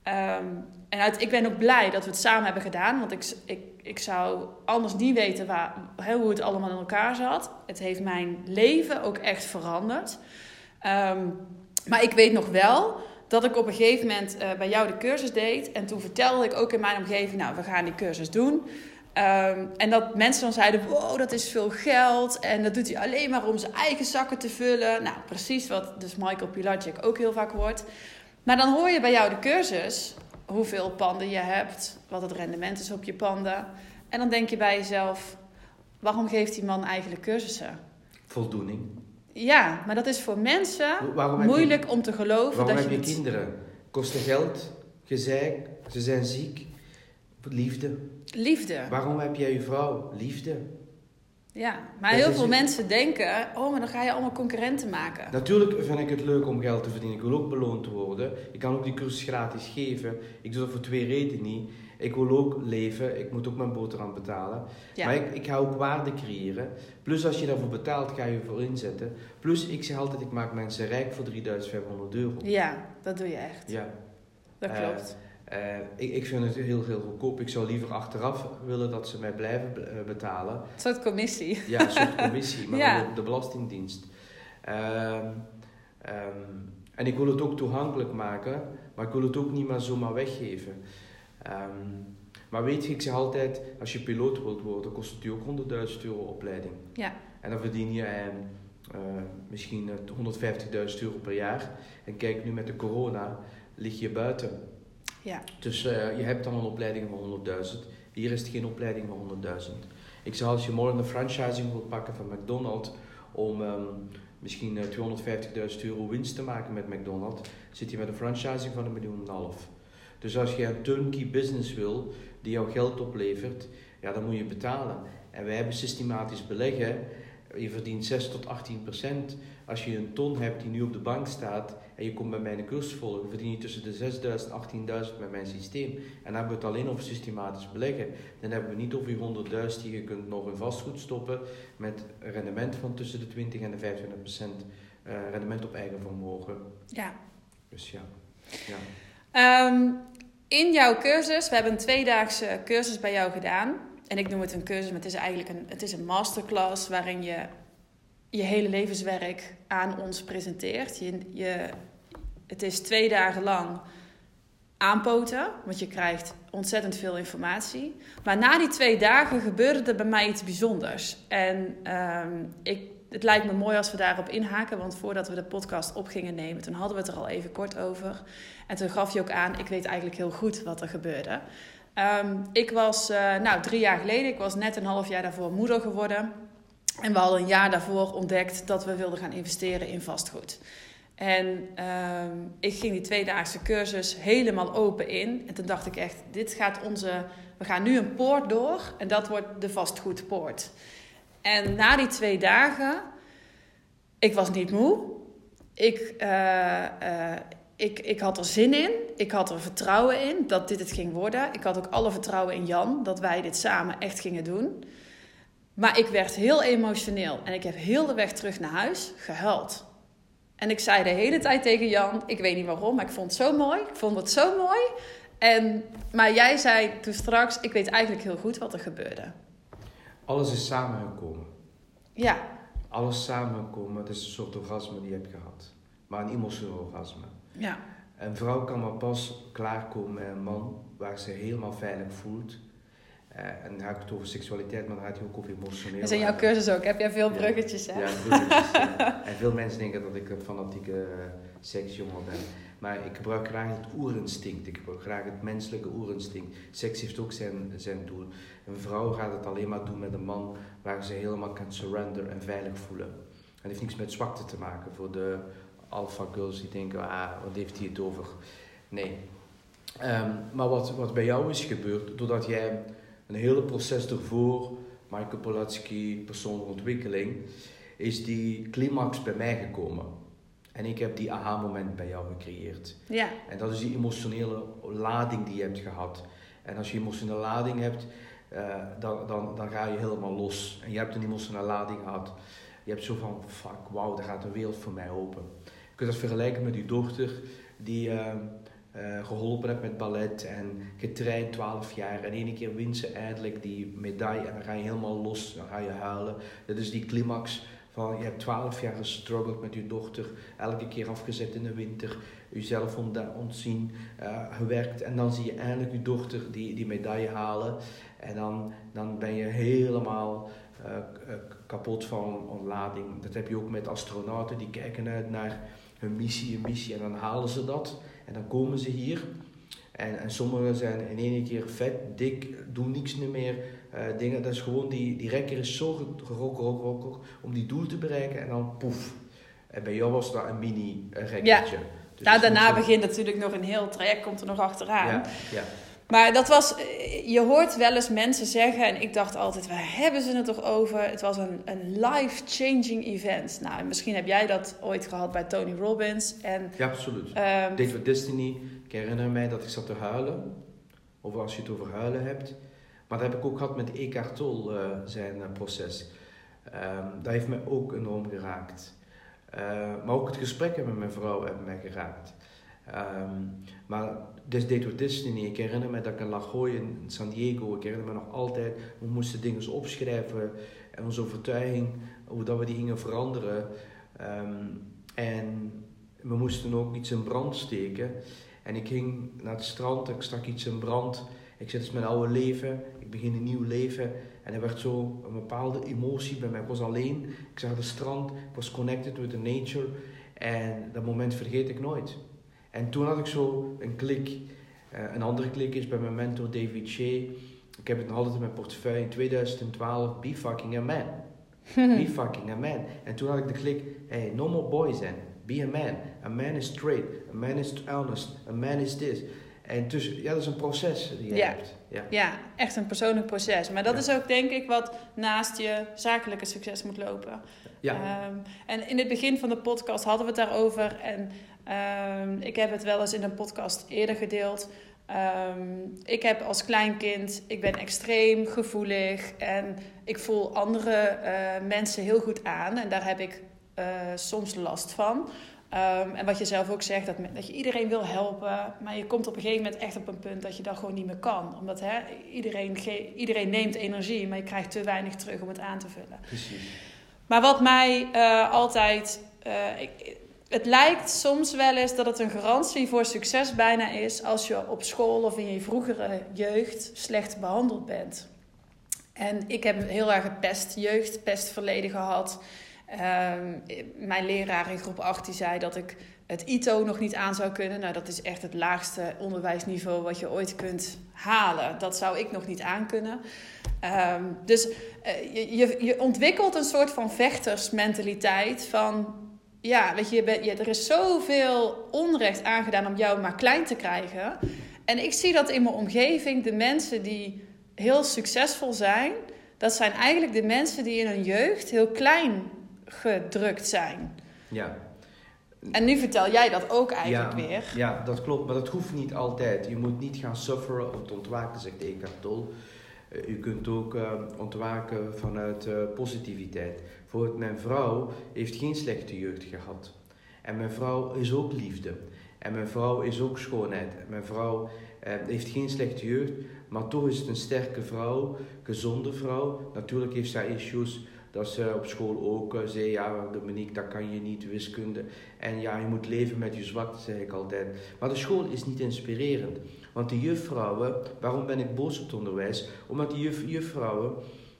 Ik ben ook blij dat we het samen hebben gedaan. Want ik zou anders niet weten hoe het allemaal in elkaar zat. Het heeft mijn leven ook echt veranderd. Maar ik weet nog wel dat ik op een gegeven moment bij jou de cursus deed. En toen vertelde ik ook in mijn omgeving, nou, we gaan die cursus doen. En dat mensen dan zeiden, wow, dat is veel geld. En dat doet hij alleen maar om zijn eigen zakken te vullen. Nou, precies wat dus Michael Pilagic ook heel vaak hoort. Maar dan hoor je bij jou de cursus hoeveel panden je hebt, wat het rendement is op je panden. En dan denk je bij jezelf, waarom geeft die man eigenlijk cursussen? Voldoening. Ja, maar dat is voor mensen moeilijk om te geloven. Waarom dat heb je kinderen? Kosten geld, gezeik, ze zijn ziek. Liefde. Liefde. Waarom heb jij je vrouw? Liefde. Ja, maar heel veel mensen denken, oh, maar dan ga je allemaal concurrenten maken. Natuurlijk vind ik het leuk om geld te verdienen. Ik wil ook beloond worden. Ik kan ook die cursus gratis geven. Ik doe dat voor 2 redenen niet. Ik wil ook leven. Ik moet ook mijn boterham betalen. Ja. Maar ik ga ook waarde creëren. Plus als je daarvoor betaalt, ga je ervoor inzetten. Plus ik zeg altijd, ik maak mensen rijk voor €3.500. Ja, dat doe je echt. Ja. Dat klopt. Ik vind het heel, heel goedkoop. Ik zou liever achteraf willen dat ze mij blijven betalen. Een soort commissie. Ja, een soort commissie, maar ja. dan de Belastingdienst. En ik wil het ook toegankelijk maken, maar ik wil het ook niet maar zomaar weggeven. Maar weet je, ik zeg altijd, als je piloot wilt worden, kost het je ook €100.000 opleiding. Ja. En dan verdien je misschien 150.000 euro per jaar. En kijk, nu met de corona lig je buiten. Ja. Dus je hebt dan een opleiding van 100.000. Hier is het geen opleiding van 100.000. Ik zeg, als je morgen een franchising wilt pakken van McDonald's om misschien 250.000 euro winst te maken met McDonald's, zit je met een franchising van 1,5 miljoen. Dus als je een turnkey business wil die jou geld oplevert, ja, dan moet je betalen. En wij hebben systematisch beleggen. Je verdient 6-18%. Als je een ton hebt die nu op de bank staat en je komt bij mij een cursus volgen, verdien je tussen de 6.000 en 18.000 met mijn systeem. En dan hebben we het alleen over systematisch beleggen. Dan hebben we niet over je 100.000 die je kunt nog in vastgoed stoppen met een rendement van tussen de 20 en de 25% rendement op eigen vermogen. Ja. Dus ja. In jouw cursus, we hebben een 2-daagse cursus bij jou gedaan. En ik noem het een cursus, maar het is eigenlijk een masterclass waarin je je hele levenswerk aan ons presenteert. Het is 2 dagen lang aanpoten, want je krijgt ontzettend veel informatie. Maar na die 2 dagen gebeurde er bij mij iets bijzonders. En het lijkt me mooi als we daarop inhaken, want voordat we de podcast op gingen nemen, toen hadden we het er al even kort over. En toen gaf je ook aan, ik weet eigenlijk heel goed wat er gebeurde. Ik was 3 jaar geleden, ik was net een half jaar daarvoor moeder geworden. En we hadden een jaar daarvoor ontdekt dat we wilden gaan investeren in vastgoed. En ik ging die 2-daagse cursus helemaal open in. En toen dacht ik echt, we gaan nu een poort door en dat wordt de vastgoedpoort. En na die 2 dagen, ik was niet moe. Ik had er zin in. Ik had er vertrouwen in dat dit het ging worden. Ik had ook alle vertrouwen in Jan dat wij dit samen echt gingen doen. Maar ik werd heel emotioneel. En ik heb heel de weg terug naar huis gehuild. En ik zei de hele tijd tegen Jan, ik weet niet waarom, maar ik vond het zo mooi. Ik vond het zo mooi. Maar jij zei toen straks, ik weet eigenlijk heel goed wat er gebeurde. Alles is samengekomen. Ja. Alles samengekomen, het is een soort orgasme die je hebt gehad. Maar een emotioneel orgasme. Ja. Een vrouw kan maar pas klaarkomen met een man waar ze helemaal veilig voelt. En dan heb ik het over seksualiteit, maar dan gaat het ook over emotioneel. Dat is in jouw cursus ook. Heb jij veel bruggetjes, hè? Ja, bruggetjes. Ja. En veel mensen denken dat ik een fanatieke seksjongen ben. Maar ik gebruik graag het oerinstinct. Ik gebruik graag het menselijke oerinstinct. Seks heeft ook zijn doel. Een vrouw gaat het alleen maar doen met een man waar ze helemaal kan surrender en veilig voelen. En dat heeft niks met zwakte te maken voor de alpha girls die denken, wat heeft hij het over? Nee. Maar wat bij jou is gebeurd, doordat jij een hele proces ervoor, Michael Polatsky, persoonlijke ontwikkeling, is die climax bij mij gekomen. En ik heb die aha-moment bij jou gecreëerd. Ja. En dat is die emotionele lading die je hebt gehad. En als je emotionele lading hebt, dan ga je helemaal los. En je hebt een emotionele lading gehad. Je hebt zo van, fuck, wauw, daar gaat de wereld voor mij open. Je kunt dat vergelijken met je dochter die geholpen hebt met ballet en getraind 12 jaar. En ene keer wint ze eindelijk die medaille en dan ga je helemaal los, dan ga je huilen. Dat is die climax van, je hebt 12 jaar gestruggeld met je dochter, elke keer afgezet in de winter, jezelf ontzien, gewerkt. En dan zie je eindelijk je dochter die medaille halen. En dan ben je helemaal kapot van ontlading. Dat heb je ook met astronauten, die kijken uit naar hun missie en dan halen ze dat. En dan komen ze hier. En sommigen zijn in één keer vet, dik, doen niks meer. Dingen. Dat is gewoon, die rekker is zo gerokker om die doel te bereiken. En dan poef. En bij jou was dat een mini rekkertje. Ja. Dus Daarna begint natuurlijk nog een heel traject, komt er nog achteraan. Ja. Maar dat was, je hoort wel eens mensen zeggen, en ik dacht altijd, waar hebben ze het toch over? Het was een life-changing event. Nou, misschien heb jij dat ooit gehad bij Tony Robbins. Ja, absoluut. Date with Destiny, ik herinner mij dat ik zat te huilen. Of als je het over huilen hebt. Maar dat heb ik ook gehad met Eckhart Tolle, zijn proces. Dat heeft mij ook enorm geraakt. Maar ook het gesprek met mijn vrouw heeft mij geraakt. Maar Date with Destiny, ik herinner me dat ik in La Jolla in San Diego, ik herinner me nog altijd, we moesten dingen opschrijven en onze overtuiging, hoe dat we die gingen veranderen. En we moesten ook iets in brand steken. En ik ging naar het strand, ik stak iets in brand. Ik zei, het is mijn oude leven, ik begin een nieuw leven. En er werd zo een bepaalde emotie bij mij. Ik was alleen, ik zag het strand, ik was connected with the nature. En dat moment vergeet ik nooit. En toen had ik zo een klik. Een andere klik is bij mijn mentor David Shea. Ik heb het nog altijd in mijn portefeuille. In 2012, be fucking a man. Be fucking a man. En toen had ik de klik, hey, no more boys then. Be a man. A man is straight. A man is honest. A man is this. En dus, ja, dat is een proces die je hebt. Ja, echt een persoonlijk proces. Maar dat is ook denk ik wat naast je zakelijke succes moet lopen. Ja. En in het begin van de podcast hadden we het daarover. En ik heb het wel eens in een podcast eerder gedeeld. Ik heb als kleinkind, ik ben extreem gevoelig. En ik voel andere mensen heel goed aan. En daar heb ik soms last van. En wat je zelf ook zegt, dat je iedereen wil helpen. Maar je komt op een gegeven moment echt op een punt dat je dat gewoon niet meer kan. Omdat iedereen neemt energie, maar je krijgt te weinig terug om het aan te vullen. Precies. Maar wat mij altijd... het lijkt soms wel eens dat het een garantie voor succes bijna is als je op school of in je vroegere jeugd slecht behandeld bent. En ik heb heel erg een pestverleden gehad. Mijn leraar in groep 8 die zei dat ik het ITO nog niet aan zou kunnen. Nou, dat is echt het laagste onderwijsniveau wat je ooit kunt halen. Dat zou ik nog niet aankunnen. Dus je ontwikkelt een soort van vechtersmentaliteit van... Ja, weet je, er is zoveel onrecht aangedaan om jou maar klein te krijgen. En ik zie dat in mijn omgeving. De mensen die heel succesvol zijn... dat zijn eigenlijk de mensen die in hun jeugd heel klein gedrukt zijn. Ja. En nu vertel jij dat ook eigenlijk weer. Ja, dat klopt. Maar dat hoeft niet altijd. Je moet niet gaan sufferen om te ontwaken, zegt Eckhart Tolle. U kunt ook ontwaken vanuit positiviteit. Bijvoorbeeld, mijn vrouw heeft geen slechte jeugd gehad. En mijn vrouw is ook liefde. En mijn vrouw is ook schoonheid. En mijn vrouw heeft geen slechte jeugd, maar toch is het een sterke vrouw, gezonde vrouw. Natuurlijk heeft zij issues, dat ze op school ook zei, ja Dominique, dat kan je niet, wiskunde. En ja, je moet leven met je zwakte, zeg ik altijd. Maar de school is niet inspirerend. Want de juffrouwen, waarom ben ik boos op het onderwijs? Omdat die juffrouwen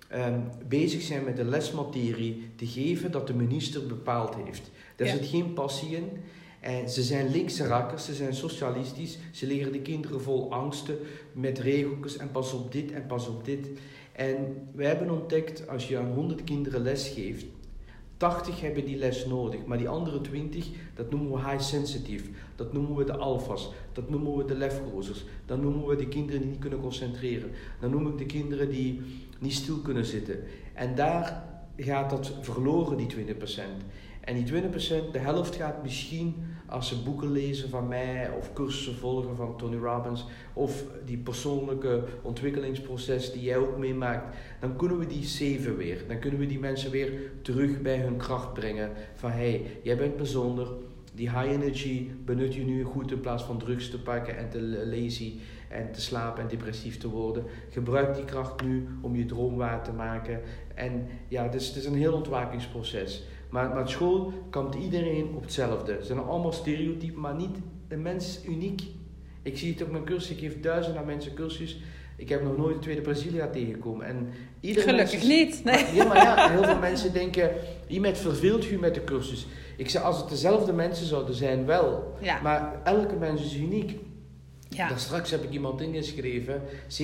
bezig zijn met de lesmaterie te geven dat de minister bepaald heeft. Daar zit geen passie in. En ze zijn linkse rakkers, ze zijn socialistisch. Ze leren de kinderen vol angsten met regeltjes en pas op dit en pas op dit. En wij hebben ontdekt, als je aan 100 kinderen les geeft, 80 hebben die les nodig, maar die andere 20, dat noemen we high sensitive. Dat noemen we de alfa's, dat noemen we de lefgozers. Dan noemen we de kinderen die niet kunnen concentreren. Dan noem ik de kinderen die niet stil kunnen zitten. En daar gaat dat verloren, die 20%. En die 20%, de helft gaat misschien als ze boeken lezen van mij of cursussen volgen van Tony Robbins of die persoonlijke ontwikkelingsproces die jij ook meemaakt, dan kunnen we die saven weer. Dan kunnen we die mensen weer terug bij hun kracht brengen van hey, jij bent bijzonder, die high energy benut je nu goed in plaats van drugs te pakken en te lazy en te slapen en depressief te worden. Gebruik die kracht nu om je droom waar te maken. En ja, het is een heel ontwakingsproces. Maar school kampt iedereen op hetzelfde. Ze zijn allemaal stereotypen, maar niet een mens is uniek. Ik zie het op mijn cursus, ik geef duizenden mensen cursus. Ik heb nog nooit de tweede Brasilia tegengekomen. En gelukkig niet. Nee. Maar ja, heel veel mensen denken, iemand verveelt u met de cursus. Ik zeg, als het dezelfde mensen zouden zijn, wel. Ja. Maar elke mens is uniek. Ja. Daar straks heb ik iemand ingeschreven,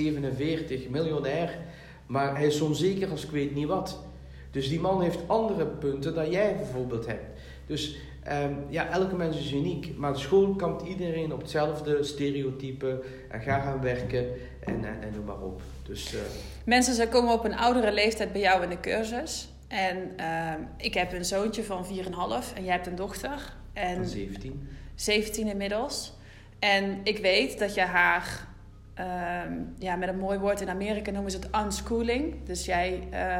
47, miljonair. Maar hij is zo onzeker als ik weet niet wat. Dus die man heeft andere punten dan jij bijvoorbeeld hebt. Dus ja, elke mens is uniek. Maar de school kampt iedereen op hetzelfde stereotype. En ga gaan werken en noem maar op. Dus, mensen, ze komen op een oudere leeftijd bij jou in de cursus. En ik heb een zoontje van 4,5 en jij hebt een dochter. En van 17. 17 inmiddels. En ik weet dat je haar, met een mooi woord in Amerika noemen ze het unschooling. Dus jij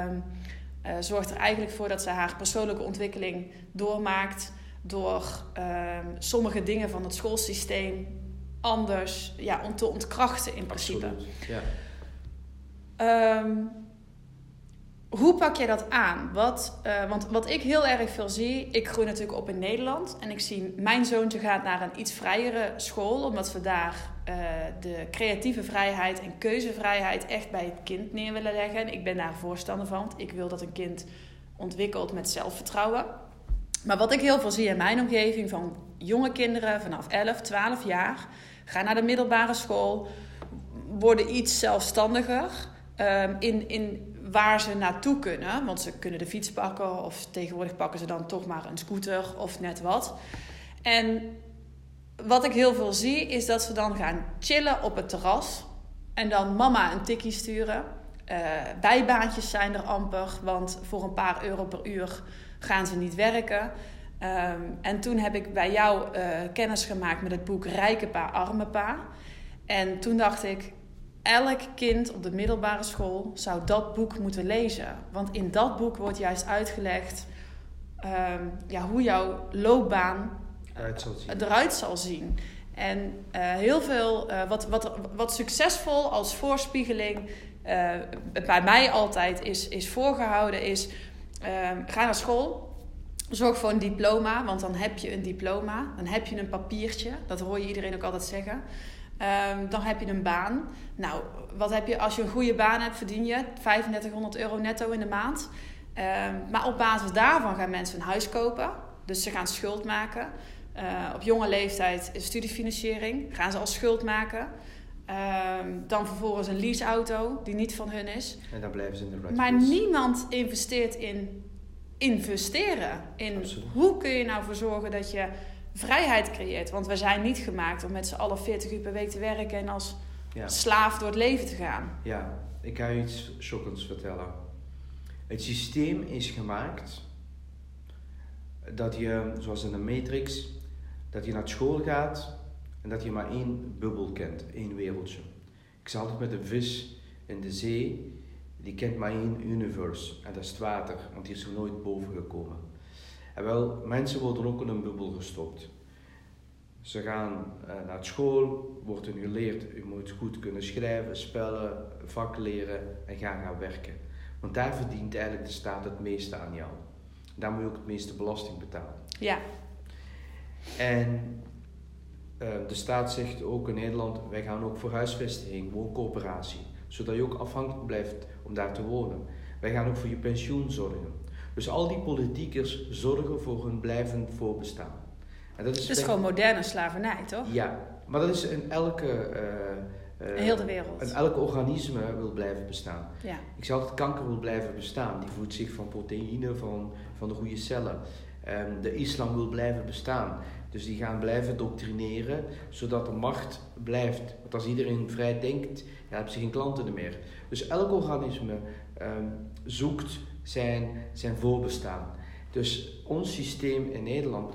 zorgt er eigenlijk voor dat ze haar persoonlijke ontwikkeling doormaakt door sommige dingen van het schoolsysteem anders om te ontkrachten in principe. Absoluut, ja. hoe pak je dat aan? Want wat ik heel erg veel zie, ik groei natuurlijk op in Nederland. En ik zie, mijn zoontje gaat naar een iets vrijere school. Omdat we daar de creatieve vrijheid en keuzevrijheid echt bij het kind neer willen leggen. En ik ben daar voorstander van. Want ik wil dat een kind ontwikkelt met zelfvertrouwen. Maar wat ik heel veel zie in mijn omgeving van jonge kinderen vanaf 11, 12 jaar. Gaan naar de middelbare school. Worden iets zelfstandiger in waar ze naartoe kunnen. Want ze kunnen de fiets pakken of tegenwoordig pakken ze dan toch maar een scooter of net wat. En wat ik heel veel zie is dat ze dan gaan chillen op het terras. En dan mama een tikkie sturen. Bijbaantjes zijn er amper, want voor een paar euro per uur gaan ze niet werken. En toen heb ik bij jou kennis gemaakt met het boek Rijke Pa, Arme Pa. En toen dacht ik, elk kind op de middelbare school zou dat boek moeten lezen. Want in dat boek wordt juist uitgelegd hoe jouw loopbaan eruit zal zien. En heel veel, wat succesvol als voorspiegeling bij mij altijd is voorgehouden is... ga naar school, zorg voor een diploma, want dan heb je een diploma. Dan heb je een papiertje, dat hoor je iedereen ook altijd zeggen. Dan heb je een baan. Nou, wat heb je als je een goede baan hebt, verdien je 3500 euro netto in de maand. Maar op basis daarvan gaan mensen een huis kopen. Dus ze gaan schuld maken. Op jonge leeftijd is studiefinanciering. Gaan ze al schuld maken. Dan vervolgens een leaseauto die niet van hun is. En dan blijven ze in de rat Maar race. niemand investeert in investeren. In Absoluut. hoe kun je nou voor zorgen dat je vrijheid creëert. Want we zijn niet gemaakt om met z'n allen 40 uur per week te werken en als slaaf door het leven te gaan. Ja, ik ga je iets schokkends vertellen. Het systeem is gemaakt dat je, zoals in de Matrix, dat je naar school gaat en dat je maar één bubbel kent, één wereldje. Ik zeg altijd met een vis in de zee, die kent maar één universe en dat is het water, want die is er nooit boven gekomen. En wel, mensen worden ook in een bubbel gestopt. Ze gaan naar school, wordt hun geleerd, u moet goed kunnen schrijven, spellen, vak leren en gaan werken. Want daar verdient eigenlijk de staat het meeste aan jou. Daar moet je ook het meeste belasting betalen. Ja. En de staat zegt ook in Nederland, wij gaan ook voor huisvesting, wooncoöperatie. Zodat je ook afhankelijk blijft om daar te wonen. Wij gaan ook voor je pensioen zorgen. Dus al die politiekers zorgen voor hun blijvend voorbestaan. En dat is gewoon moderne slavernij, toch? Ja, maar dat is in elke... in heel de wereld. En elk organisme wil blijven bestaan. Ja. Ik zeg altijd, kanker wil blijven bestaan. Die voedt zich van proteïne, van de goede cellen. De islam wil blijven bestaan. Dus die gaan blijven doctrineren, zodat de macht blijft. Want als iedereen vrij denkt, dan hebben ze geen klanten meer. Dus elk organisme zoekt zijn voorbestaan. Dus ons systeem in Nederland,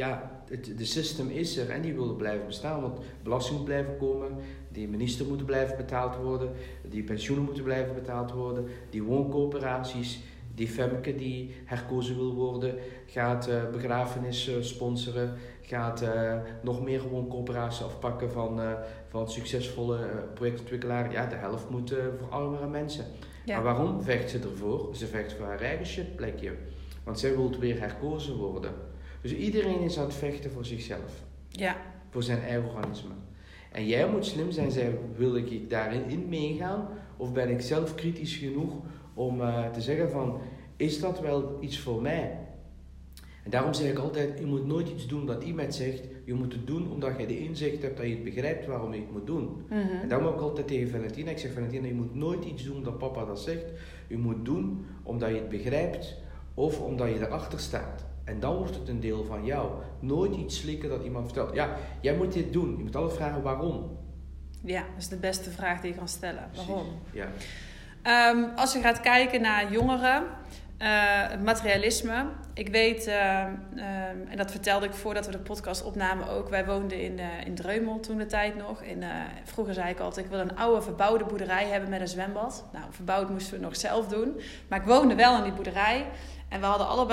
de system is er en die wil blijven bestaan. Want belasting moet blijven komen, die minister moeten blijven betaald worden, die pensioenen moeten blijven betaald worden, die wooncoöperaties, die Femke die herkozen wil worden, gaat begrafenis sponsoren, gaat nog meer wooncoöperaties afpakken van succesvolle projectontwikkelaars. Ja, de helft moet voor armere mensen. Ja. Maar waarom vecht ze ervoor? Ze vecht voor haar eigen shitplekje. Want zij wil weer herkozen worden. Dus iedereen is aan het vechten voor zichzelf. Ja. Voor zijn eigen organisme. En jij moet slim zijn, wil ik daarin meegaan? Of ben ik zelf kritisch genoeg om te zeggen van, is dat wel iets voor mij? En daarom zeg ik altijd, je moet nooit iets doen dat iemand zegt, je moet het doen omdat je de inzicht hebt dat je het begrijpt waarom je het moet doen. Mm-hmm. En daarom ook altijd tegen Valentina, ik zeg Valentina, je moet nooit iets doen omdat papa dat zegt. Je moet doen omdat je het begrijpt of omdat je erachter staat. En dan wordt het een deel van jou. Nooit iets slikken dat iemand vertelt. Ja, jij moet dit doen. Je moet altijd vragen waarom. Ja, dat is de beste vraag die je kan stellen. Waarom? Ja. Als je gaat kijken naar jongeren, het materialisme. Ik weet, en dat vertelde ik voordat we de podcast opnamen ook. Wij woonden in Dreumel toen de tijd nog. Vroeger zei ik altijd, ik wil een oude verbouwde boerderij hebben met een zwembad. Nou, verbouwd moesten we nog zelf doen. Maar ik woonde wel in die boerderij. En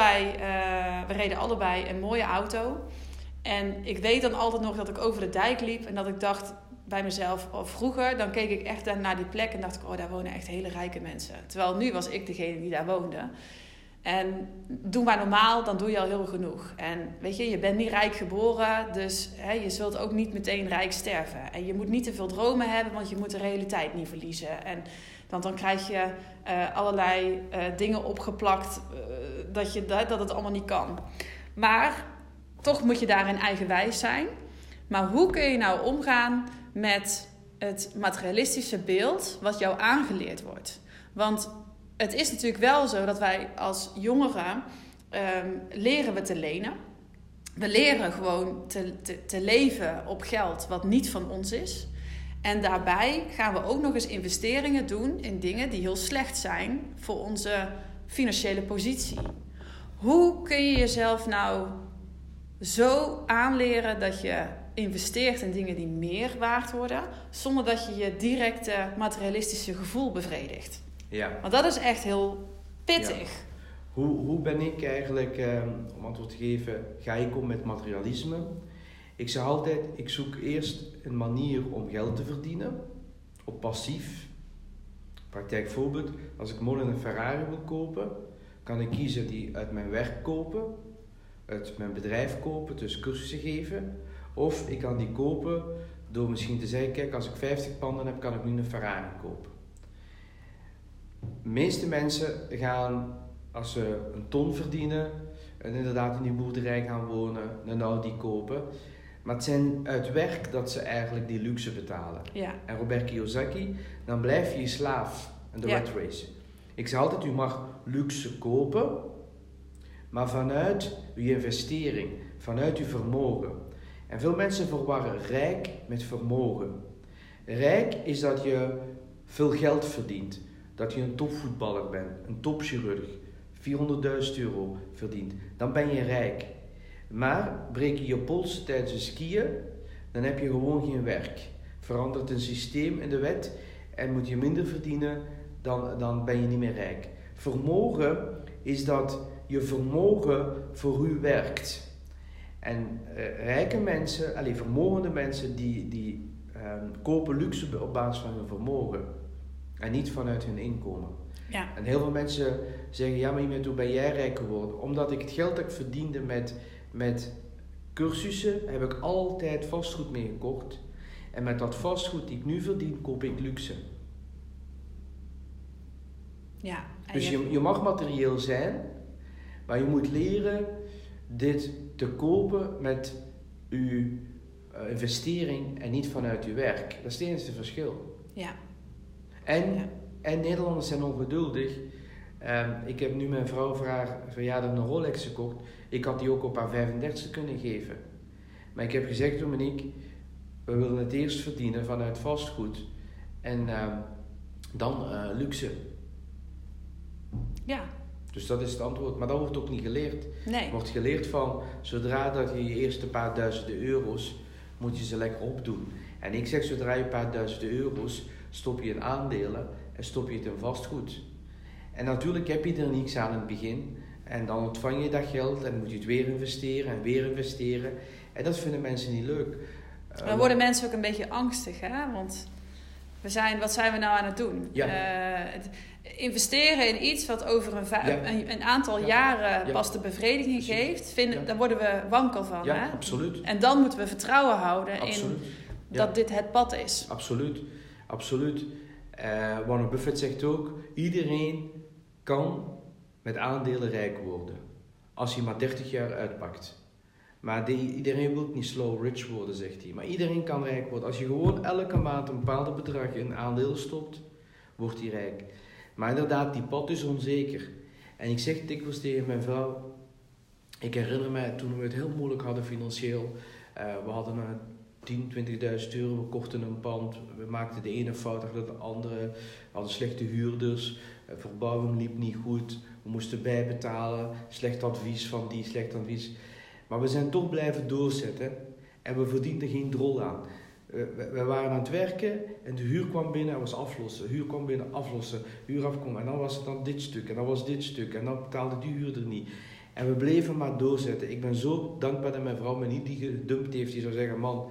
we reden allebei een mooie auto. En ik weet dan altijd nog dat ik over de dijk liep en dat ik dacht, bij mezelf, of vroeger, dan keek ik echt naar die plek en dacht ik, oh, daar wonen echt hele rijke mensen. Terwijl nu was ik degene die daar woonde. En doe maar normaal, dan doe je al heel genoeg. En weet je bent niet rijk geboren, dus je zult ook niet meteen rijk sterven. En je moet niet te veel dromen hebben, want je moet de realiteit niet verliezen. Want dan krijg je allerlei dingen opgeplakt dat het allemaal niet kan. Maar toch moet je daarin eigenwijs zijn. Maar hoe kun je nou omgaan met het materialistische beeld wat jou aangeleerd wordt? Want het is natuurlijk wel zo dat wij als jongeren leren we te lenen. We leren gewoon te leven op geld wat niet van ons is. En daarbij gaan we ook nog eens investeringen doen in dingen die heel slecht zijn voor onze financiële positie. Hoe kun je jezelf nou zo aanleren dat je investeert in dingen die meer waard worden, zonder dat je je directe materialistische gevoel bevredigt? Ja. Want dat is echt heel pittig. Ja. Hoe ben ik eigenlijk, om antwoord te geven, ga ik om met materialisme? Ik zeg altijd, ik zoek eerst een manier om geld te verdienen, op passief. Praktijkvoorbeeld, als ik morgen een Ferrari wil kopen, kan ik kiezen die uit mijn werk kopen, uit mijn bedrijf kopen, dus cursussen geven. Of ik kan die kopen door misschien te zeggen, kijk, als ik 50 panden heb, kan ik nu een Ferrari kopen. De meeste mensen gaan, als ze een ton verdienen, en inderdaad in die boerderij gaan wonen, een Audi kopen. Maar het zijn uit werk dat ze eigenlijk die luxe betalen. Ja. En Robert Kiyosaki, dan blijf je slaaf aan de rat race. Ik zeg altijd, u mag luxe kopen, maar vanuit uw investering, vanuit uw vermogen. En veel mensen verwarren rijk met vermogen. Rijk is dat je veel geld verdient. Dat je een topvoetballer bent, een topchirurg, 400.000 euro verdient. Dan ben je rijk. Maar breek je je polsen tijdens het skiën, dan heb je gewoon geen werk. Verandert een systeem in de wet en moet je minder verdienen, dan ben je niet meer rijk. Vermogen is dat je vermogen voor u werkt. En rijke mensen, vermogende mensen, die kopen luxe op basis van hun vermogen. En niet vanuit hun inkomen. Ja. En heel veel mensen zeggen, ja, maar hoe ben jij rijk geworden? Omdat ik het geld dat ik verdiende met cursussen, heb ik altijd vastgoed mee gekocht. En met dat vastgoed die ik nu verdien, koop ik luxe. Ja. Dus je mag materieel zijn, maar je moet leren dit te kopen met uw investering en niet vanuit uw werk. Dat is het enige verschil. Ja. En Nederlanders zijn ongeduldig. Ik heb nu mijn vrouw voor haar verjaardag een Rolex gekocht. Ik had die ook op haar 35e kunnen geven. Maar ik heb gezegd, Dominique, we willen het eerst verdienen vanuit vastgoed. En dan luxe. Ja. Dus dat is het antwoord. Maar dat wordt ook niet geleerd. Nee. Het wordt geleerd van, zodra dat je eerste paar duizenden euro's, moet je ze lekker opdoen. En ik zeg, zodra je een paar duizenden euro's, stop je in aandelen en stop je het in vastgoed. En natuurlijk heb je er niets aan in het begin. En dan ontvang je dat geld en moet je het weer investeren en weer investeren. En dat vinden mensen niet leuk. Dan worden mensen ook een beetje angstig, hè? Want wat zijn we nou aan het doen? Ja. Investeren in iets wat over een aantal jaren pas de bevrediging geeft, daar worden we wankel van. Ja, hè? absoluut. En dan moeten we vertrouwen houden Absoluut. in dat dit het pad is. Absoluut, absoluut. Warren Buffett zegt ook, iedereen kan met aandelen rijk worden. Als hij maar 30 jaar uitpakt. Maar iedereen wil niet slow rich worden, zegt hij. Maar iedereen kan rijk worden. Als je gewoon elke maand een bepaald bedrag in aandelen stopt, wordt hij rijk. Maar inderdaad, die pad is onzeker. En ik zeg dikwijls tegen mijn vrouw, ik herinner me toen we het heel moeilijk hadden financieel. We hadden 10.000, 20.000 euro, we kochten een pand, we maakten de ene fout achter de andere, we hadden slechte huurders, verbouwing liep niet goed, we moesten bijbetalen, slecht advies van die, slecht advies. Maar we zijn toch blijven doorzetten en we verdienden geen drol aan. We waren aan het werken en de huur kwam binnen en was aflossen. Huur kwam binnen, aflossen, huur afkomen. En dan was het dan dit stuk en dan was dit stuk en dan betaalde die huurder niet. En we bleven maar doorzetten. Ik ben zo dankbaar dat mijn vrouw me niet die gedumpt heeft. Die zou zeggen, man,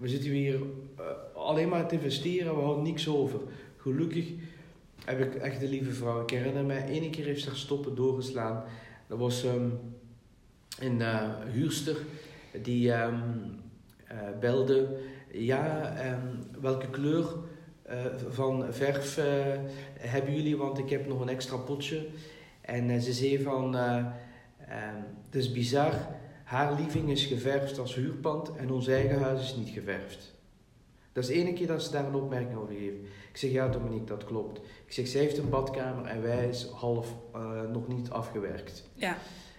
we zitten hier alleen maar te investeren, we houden niks over. Gelukkig heb ik echt een lieve vrouw. Ik herinner me, 1 keer heeft ze haar stoppen doorgeslaan. Dat was een huurster die belde. Ja, welke kleur van verf hebben jullie? Want ik heb nog een extra potje. En ze zei van, het is bizar. Haar living is geverfd als huurpand en ons eigen huis is niet geverfd. Dat is de ene keer dat ze daar een opmerking over geeft. Ik zeg, ja Dominique, dat klopt. Ik zeg, zij heeft een badkamer en wij is half nog niet afgewerkt. Ja.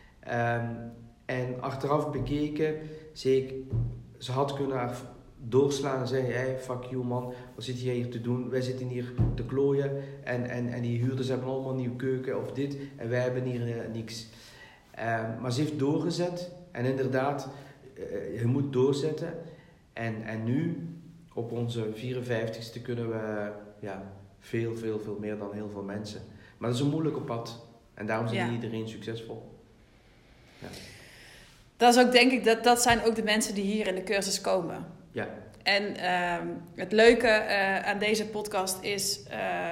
En achteraf bekeken, zei ik, ze had kunnen haar doorslaan en zeggen, hey, fuck you man, wat zit jij hier te doen? Wij zitten hier te klooien en die huurders hebben allemaal een nieuwe keuken of dit en wij hebben hier niks. Maar ze heeft doorgezet en inderdaad, je moet doorzetten. En nu, op onze 54ste, kunnen we veel meer dan heel veel mensen. Maar dat is een moeilijke pad en daarom is niet iedereen succesvol. Ja. Dat is ook, denk ik, dat zijn ook de mensen die hier in de cursus komen. Ja. En het leuke aan deze podcast is,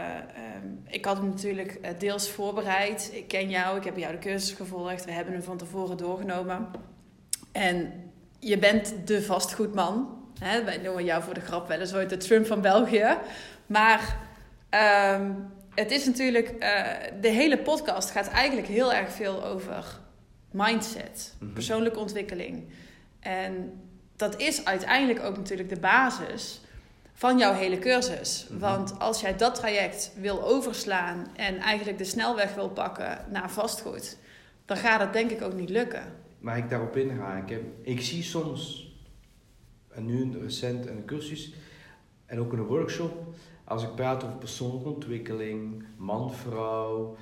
ik had hem natuurlijk deels voorbereid. Ik ken jou, ik heb jou de cursus gevolgd. We hebben hem van tevoren doorgenomen. En je bent de vastgoedman. Hè? Wij noemen jou voor de grap wel eens ooit de Trump van België. Maar het is natuurlijk, de hele podcast gaat eigenlijk heel erg veel over mindset, persoonlijke ontwikkeling. En dat is uiteindelijk ook natuurlijk de basis van jouw hele cursus. Want als jij dat traject wil overslaan en eigenlijk de snelweg wil pakken naar vastgoed, dan gaat het denk ik ook niet lukken. Mag ik daarop inhaken? Ik zie soms, en nu recent een cursus en ook een workshop, als ik praat over persoonlijke ontwikkeling, man, vrouw,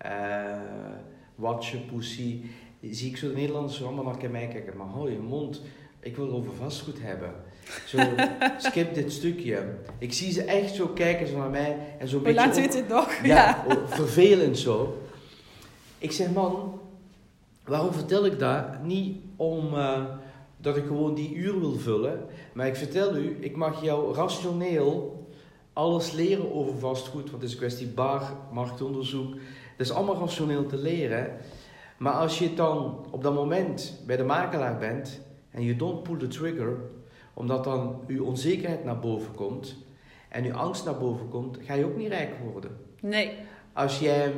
watje, pussy, zie ik zo de Nederlanders allemaal naar mij kijken. Maar hou je mond, ik wil over vastgoed hebben. Zo, skip dit stukje. Ik zie ze echt zo kijken zo naar mij en zo'n beetje... Laat u het nog? Ja, vervelend zo. Ik zeg, man, waarom vertel ik dat? Niet om dat ik gewoon die uur wil vullen, maar ik vertel u, ik mag jou rationeel alles leren over vastgoed, want het is een kwestie bar, marktonderzoek. Dat is allemaal rationeel te leren. Maar als je dan op dat moment bij de makelaar bent en je don't pull the trigger, omdat dan je onzekerheid naar boven komt en je angst naar boven komt, ga je ook niet rijk worden. Nee. Als jij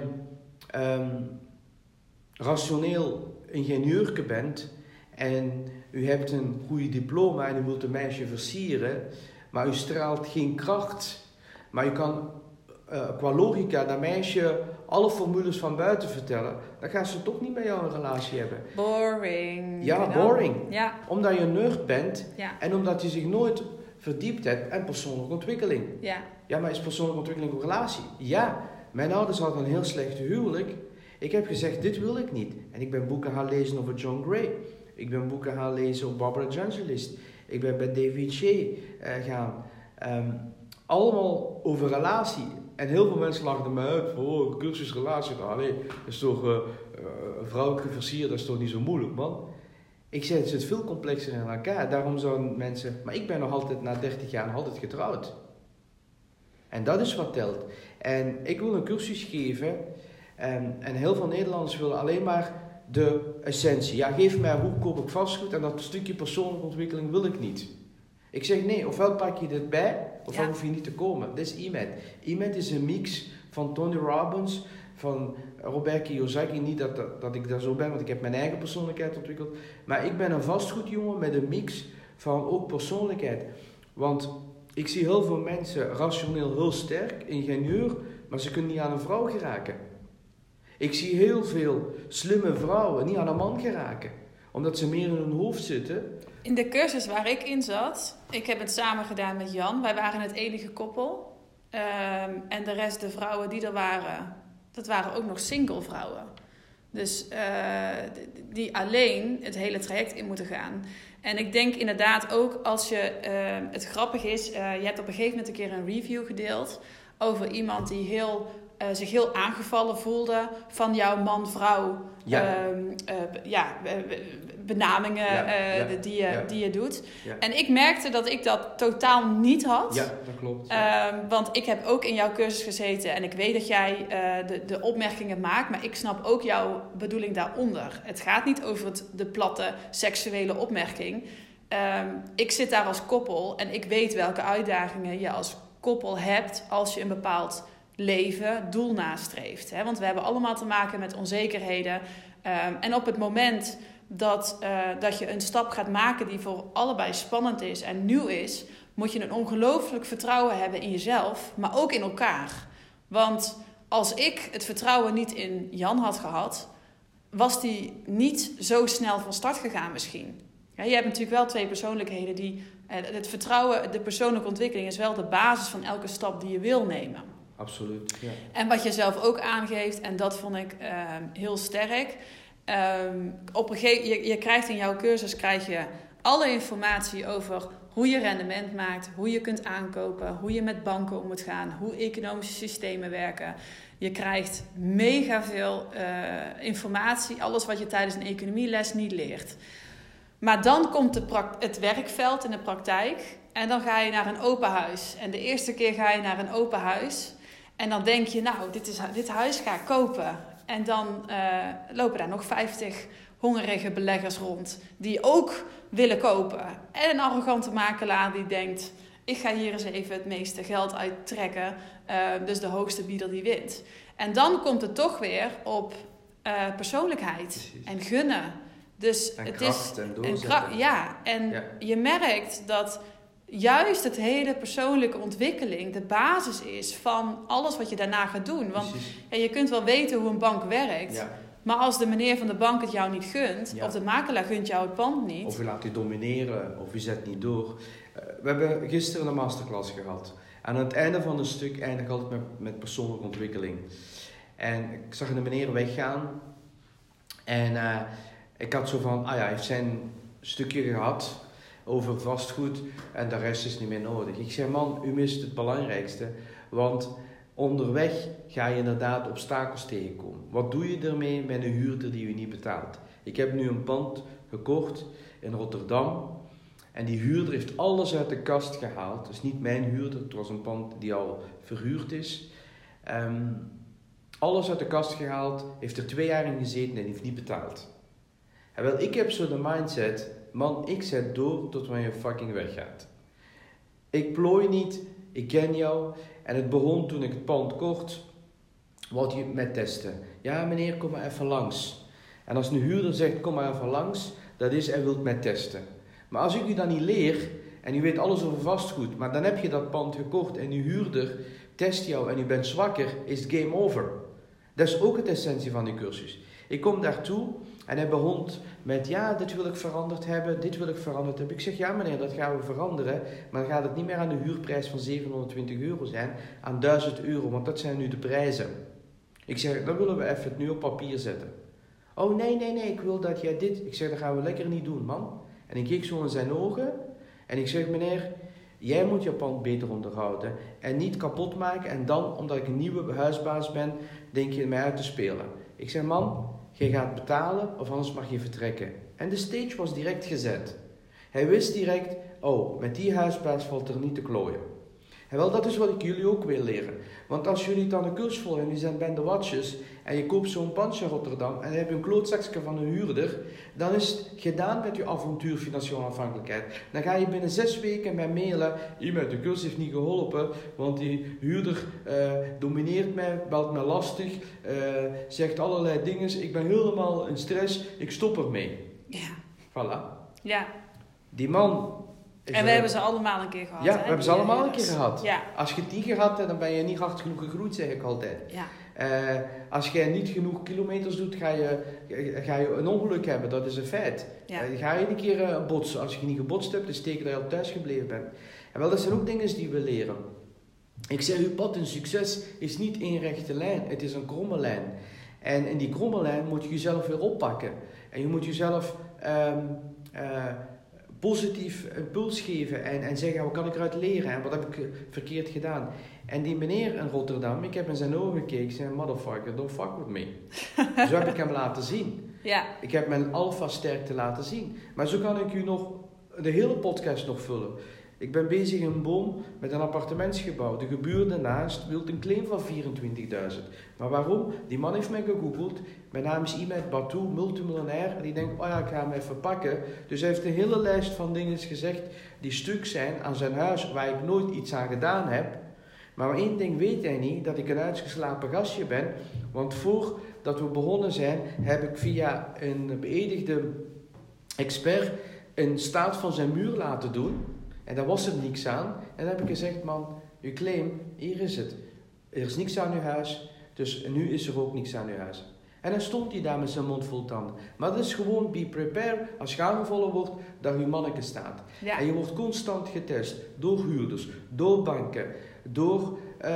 rationeel ingenieurke bent en u hebt een goede diploma en u wilt een meisje versieren, maar u straalt geen kracht, maar je kan qua logica dat meisje alle formules van buiten vertellen, dan gaan ze toch niet met jou een relatie hebben. Boring. Ja, boring. Ja. Omdat je een nerd bent Ja. en omdat je zich nooit verdiept hebt in persoonlijke ontwikkeling. Ja. Ja, maar is persoonlijke ontwikkeling een relatie? Ja, mijn ouders hadden een heel slecht huwelijk. Ik heb gezegd, dit wil ik niet. En ik ben boeken gaan lezen over John Gray. Ik ben boeken gaan lezen over Barbara Evangelist. Ik ben bij David Shea gaan. Allemaal over relatie. En heel veel mensen lachten me uit. Oh, cursus relatie. Nee, dat is toch vrouwelijke versier, dat is toch niet zo moeilijk, man. Ik zei, het zit veel complexer in elkaar. Daarom zouden mensen... Maar ik ben nog altijd, na 30 jaar, nog altijd getrouwd. En dat is wat telt. En ik wil een cursus geven. En heel veel Nederlanders willen alleen maar de essentie. Ja, geef mij hoe koop ik vastgoed. En dat stukje persoonlijke ontwikkeling wil ik niet. Ik zeg nee, ofwel pak je dit bij, ofwel hoef je niet te komen. Dit is IMED. IMED is een mix van Tony Robbins, van Robert Kiyosaki. Niet dat ik daar zo ben, want ik heb mijn eigen persoonlijkheid ontwikkeld. Maar ik ben een vastgoedjongen met een mix van ook persoonlijkheid. Want ik zie heel veel mensen rationeel heel sterk, ingenieur, maar ze kunnen niet aan een vrouw geraken. Ik zie heel veel slimme vrouwen niet aan een man geraken, omdat ze meer in hun hoofd zitten. In de cursus waar ik in zat, ik heb het samen gedaan met Jan. Wij waren het enige koppel. En de rest, de vrouwen die er waren, dat waren ook nog single vrouwen. Dus die alleen het hele traject in moeten gaan. En ik denk inderdaad ook als je... het grappige is, je hebt op een gegeven moment een keer een review gedeeld over iemand die zich heel aangevallen voelde van jouw man-vrouw benamingen Ja. die je doet. Ja. En ik merkte dat ik dat totaal niet had. Ja, dat klopt. Want ik heb ook in jouw cursus gezeten en ik weet dat jij de opmerkingen maakt, maar ik snap ook jouw bedoeling daaronder. Het gaat niet over de platte seksuele opmerking. Ik zit daar als koppel en ik weet welke uitdagingen je als koppel hebt als je een bepaald doel nastreeft. Hè? Want we hebben allemaal te maken met onzekerheden. En op het moment dat je een stap gaat maken die voor allebei spannend is en nieuw is, moet je een ongelooflijk vertrouwen hebben in jezelf, maar ook in elkaar. Want als ik het vertrouwen niet in Jan had gehad, was die niet zo snel van start gegaan misschien. Ja, je hebt natuurlijk wel 2 persoonlijkheden die... Het vertrouwen, de persoonlijke ontwikkeling is wel de basis van elke stap die je wil nemen. Absoluut, ja. En wat je zelf ook aangeeft, en dat vond ik heel sterk. Je krijgt in jouw cursus alle informatie over hoe je rendement maakt, hoe je kunt aankopen, hoe je met banken om moet gaan, hoe economische systemen werken. Je krijgt mega veel informatie, alles wat je tijdens een economieles niet leert. Maar dan komt het werkveld in de praktijk en dan ga je naar een open huis. En de eerste keer ga je naar een open huis en dan denk je, nou, dit huis ga ik kopen. En dan lopen daar nog 50 hongerige beleggers rond die ook willen kopen. En een arrogante makelaar die denkt, ik ga hier eens even het meeste geld uittrekken. Dus de hoogste bieder die wint. En dan komt het toch weer op persoonlijkheid. Precies. En gunnen. Dus En het kracht is en doorzetten. je merkt dat juist het hele persoonlijke ontwikkeling de basis is van alles wat je daarna gaat doen. Want je kunt wel weten hoe een bank werkt, Ja. maar als de meneer van de bank het jou niet gunt, Ja. of de makelaar gunt jou het pand niet. Of je laat je domineren, of je zet niet door. We hebben gisteren een masterclass gehad. En aan het einde van een stuk eindig ik altijd met persoonlijke ontwikkeling. En ik zag een meneer weggaan. En ik had zo van, hij heeft zijn stukje gehad over vastgoed en de rest is niet meer nodig. Ik zei, man, u mist het belangrijkste, want onderweg ga je inderdaad obstakels tegenkomen. Wat doe je ermee met een huurder die u niet betaalt? Ik heb nu een pand gekocht in Rotterdam en die huurder heeft alles uit de kast gehaald. Het is niet mijn huurder, het was een pand die al verhuurd is. Alles uit de kast gehaald, heeft er 2 jaar in gezeten en heeft niet betaald. En wel, ik heb zo de mindset, man, ik zet door tot wanneer je fucking weggaat. Ik plooi niet, ik ken jou. En het begon toen ik het pand kocht, wat je met testen. Ja meneer, kom maar even langs. En als een huurder zegt, kom maar even langs, dat is, hij wil met testen. Maar als ik u dan niet leer, en u weet alles over vastgoed, maar dan heb je dat pand gekocht en uw huurder test jou en u bent zwakker, is het game over. Dat is ook het essentie van die cursus. Ik kom daartoe en hij begon met, ja, dit wil ik veranderd hebben, dit wil ik veranderd hebben. Ik zeg, ja meneer, dat gaan we veranderen, maar dan gaat het niet meer aan de huurprijs van €720 zijn, aan €1000, want dat zijn nu de prijzen. Ik zeg, dan willen we even het nu op papier zetten. Oh nee, ik wil dat jij dit... Ik zeg, dat gaan we lekker niet doen, man. En ik keek zo in zijn ogen en ik zeg, meneer, jij moet je pand beter onderhouden en niet kapot maken en dan, omdat ik een nieuwe huisbaas ben, denk je mij uit te spelen. Ik zeg, man, jij gaat betalen of anders mag je vertrekken. En de stage was direct gezet. Hij wist direct, oh, met die huisbaas valt er niet te klooien. En wel, dat is wat ik jullie ook wil leren. Want als jullie dan een cursus volgen en jullie zijn bij de watjes en je koopt zo'n pandje in Rotterdam en je hebt een klootzakje van een huurder, dan is het gedaan met je avontuur financiële onafhankelijkheid. Dan ga je binnen 6 weken mij mailen, iemand, de cursus heeft niet geholpen, want die huurder domineert mij, belt mij lastig, zegt allerlei dingen, ik ben helemaal in stress, ik stop ermee. Ja. Voilà. Ja. Die man... En we hebben ze allemaal een keer gehad. Ja, hè? we hebben ze allemaal een keer gehad. Ja. Als je het niet gehad hebt, dan ben je niet hard genoeg gegroeid, zeg ik altijd. Ja. Als jij niet genoeg kilometers doet, ga je een ongeluk hebben. Dat is een feit. Ja. Ga je een keer botsen. Als je niet gebotst hebt, is teken dat je al thuis gebleven bent. En wel, dat zijn ook dingen die we leren. Ik zeg, uw pad in succes is niet één rechte lijn. Het is een kromme lijn. En in die kromme lijn moet je jezelf weer oppakken. En je moet jezelf... positief impuls geven en zeggen, wat kan ik eruit leren en wat heb ik verkeerd gedaan. En die meneer in Rotterdam, ik heb in zijn ogen gekeken, zei, motherfucker, don't fuck with me. Zo heb ik hem laten zien. Ja. Ik heb mijn alfa-sterkte laten zien. Maar zo kan ik u nog de hele podcast nog vullen. Ik ben bezig in een boom met een appartementsgebouw. De gebuurde naast wil een claim van 24.000. Maar waarom? Die man heeft mij gegoogeld. Mijn naam is Imet Batou, multimiljonair. En die denkt, oh ja, ik ga hem even pakken. Dus hij heeft een hele lijst van dingen gezegd die stuk zijn aan zijn huis waar ik nooit iets aan gedaan heb. Maar één ding weet hij niet, dat ik een uitgeslapen gastje ben. Want voordat we begonnen zijn, heb ik via een beëdigde expert een staat van zijn muur laten doen. En daar was er niks aan. En dan heb ik gezegd, man, uw claim, hier is het. Er is niks aan uw huis, dus nu is er ook niks aan uw huis. En dan stond hij daar met zijn mond vol tanden. Maar dat is gewoon be prepared, als je aangevallen wordt, dat uw manneke staat. Ja. En je wordt constant getest door huurders, door banken, door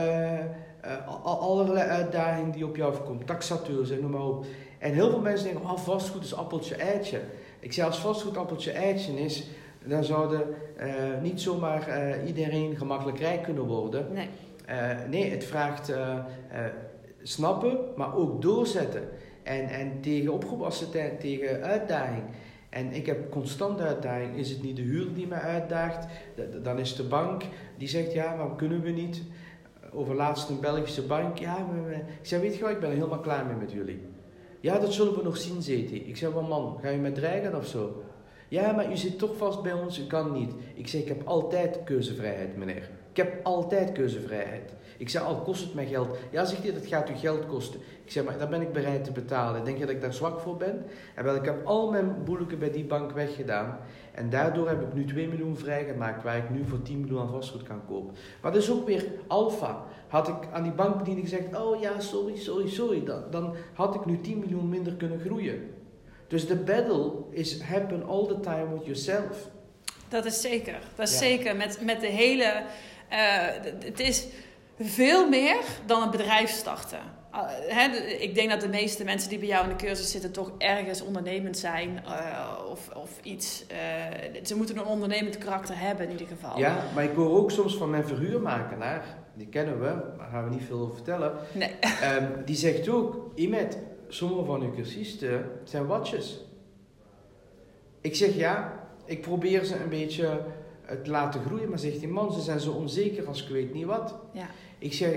allerlei uitdagingen die op jou afkomen, taxateurs en noem maar op. En heel veel mensen denken, oh, vastgoed is appeltje-eitje. Ik zeg, als vastgoed appeltje-eitje is, dan zouden niet zomaar iedereen gemakkelijk rijk kunnen worden. Nee. Nee, het vraagt snappen, maar ook doorzetten. En tegen opgewassen tijd, tegen uitdaging. En ik heb constant uitdaging. Is het niet de huur die mij uitdaagt? Dan is de bank die zegt, ja, maar kunnen we niet? Over laatst een Belgische bank. Ja, ik zeg, weet je wat, ik ben er helemaal klaar mee met jullie. Ja, dat zullen we nog zien, zegt hij. Ik zeg, wel man, ga je mij dreigen of zo? Ja, maar u zit toch vast bij ons, u kan niet. Ik zeg, ik heb altijd keuzevrijheid, meneer. Ik heb altijd keuzevrijheid. Ik zeg, al kost het mij geld. Ja, zegt hij, dat gaat u geld kosten. Ik zeg, maar dat ben ik bereid te betalen. Denk je dat ik daar zwak voor ben? En wel, ik heb al mijn boeleken bij die bank weggedaan. En daardoor heb ik nu 2 miljoen vrijgemaakt, waar ik nu voor 10 miljoen aan vastgoed kan kopen. Maar dat is ook weer alfa. Had ik aan die bankbediening gezegd, oh ja, sorry. Dan had ik nu 10 miljoen minder kunnen groeien. Dus de battle is happen all the time with yourself. Dat is zeker. Dat is Ja. zeker. Met de hele... het is veel meer dan een bedrijf starten. Ik denk dat de meeste mensen die bij jou in de cursus zitten toch ergens ondernemend zijn of iets. Ze moeten een ondernemend karakter hebben in ieder geval. Ja, maar ik hoor ook soms van mijn verhuurmakelaar, die kennen we, daar gaan we niet veel over vertellen. Nee. Die zegt ook, Imet, sommige van uw cursisten zijn watjes. Ik zeg ja, ik probeer ze een beetje te laten groeien, maar zegt die man, ze zijn zo onzeker als ik weet niet wat. Ja. Ik zeg,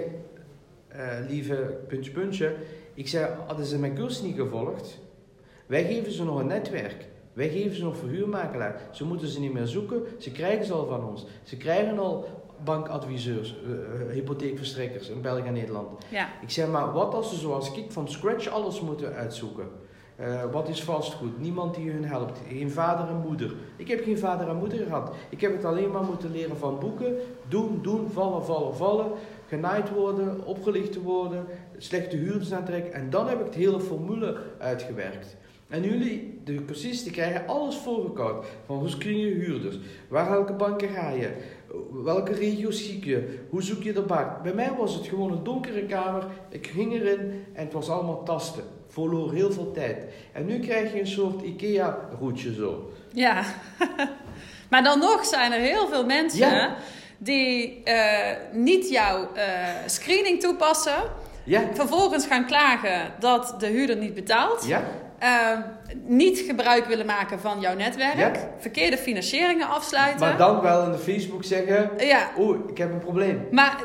lieve puntje, ik zeg, hadden ze mijn cursus niet gevolgd, wij geven ze nog een netwerk. Wij geven ze nog verhuurmakelaar. Ze moeten ze niet meer zoeken, ze krijgen ze al van ons. Ze krijgen al bankadviseurs, hypotheekverstrekkers in België en Nederland. Ja. Ik zeg maar, wat als ze zoals ik van scratch alles moeten uitzoeken? Wat is vastgoed? Niemand die hun helpt. Geen vader en moeder. Ik heb geen vader en moeder gehad. Ik heb het alleen maar moeten leren van boeken. Doen, vallen. Genaaid worden, opgelicht te worden, slechte huurders aantrekken. En dan heb ik de hele formule uitgewerkt. En jullie, de cursisten, krijgen alles voorgekoud. Van hoe screen je huurders? Welke banken ga je? Welke regio's zie je? Hoe zoek je de bank? Bij mij was het gewoon een donkere kamer. Ik ging erin en het was allemaal tasten. Verloor heel veel tijd. En nu krijg je een soort IKEA-roetje zo. Ja. Maar dan nog zijn er heel veel mensen... Ja. die niet jouw screening toepassen. Ja. Vervolgens gaan klagen dat de huurder niet betaalt. Ja. Niet gebruik willen maken van jouw netwerk. Ja. Verkeerde financieringen afsluiten. Maar dan wel in de Facebook zeggen... Ja. Oeh, ik heb een probleem. Maar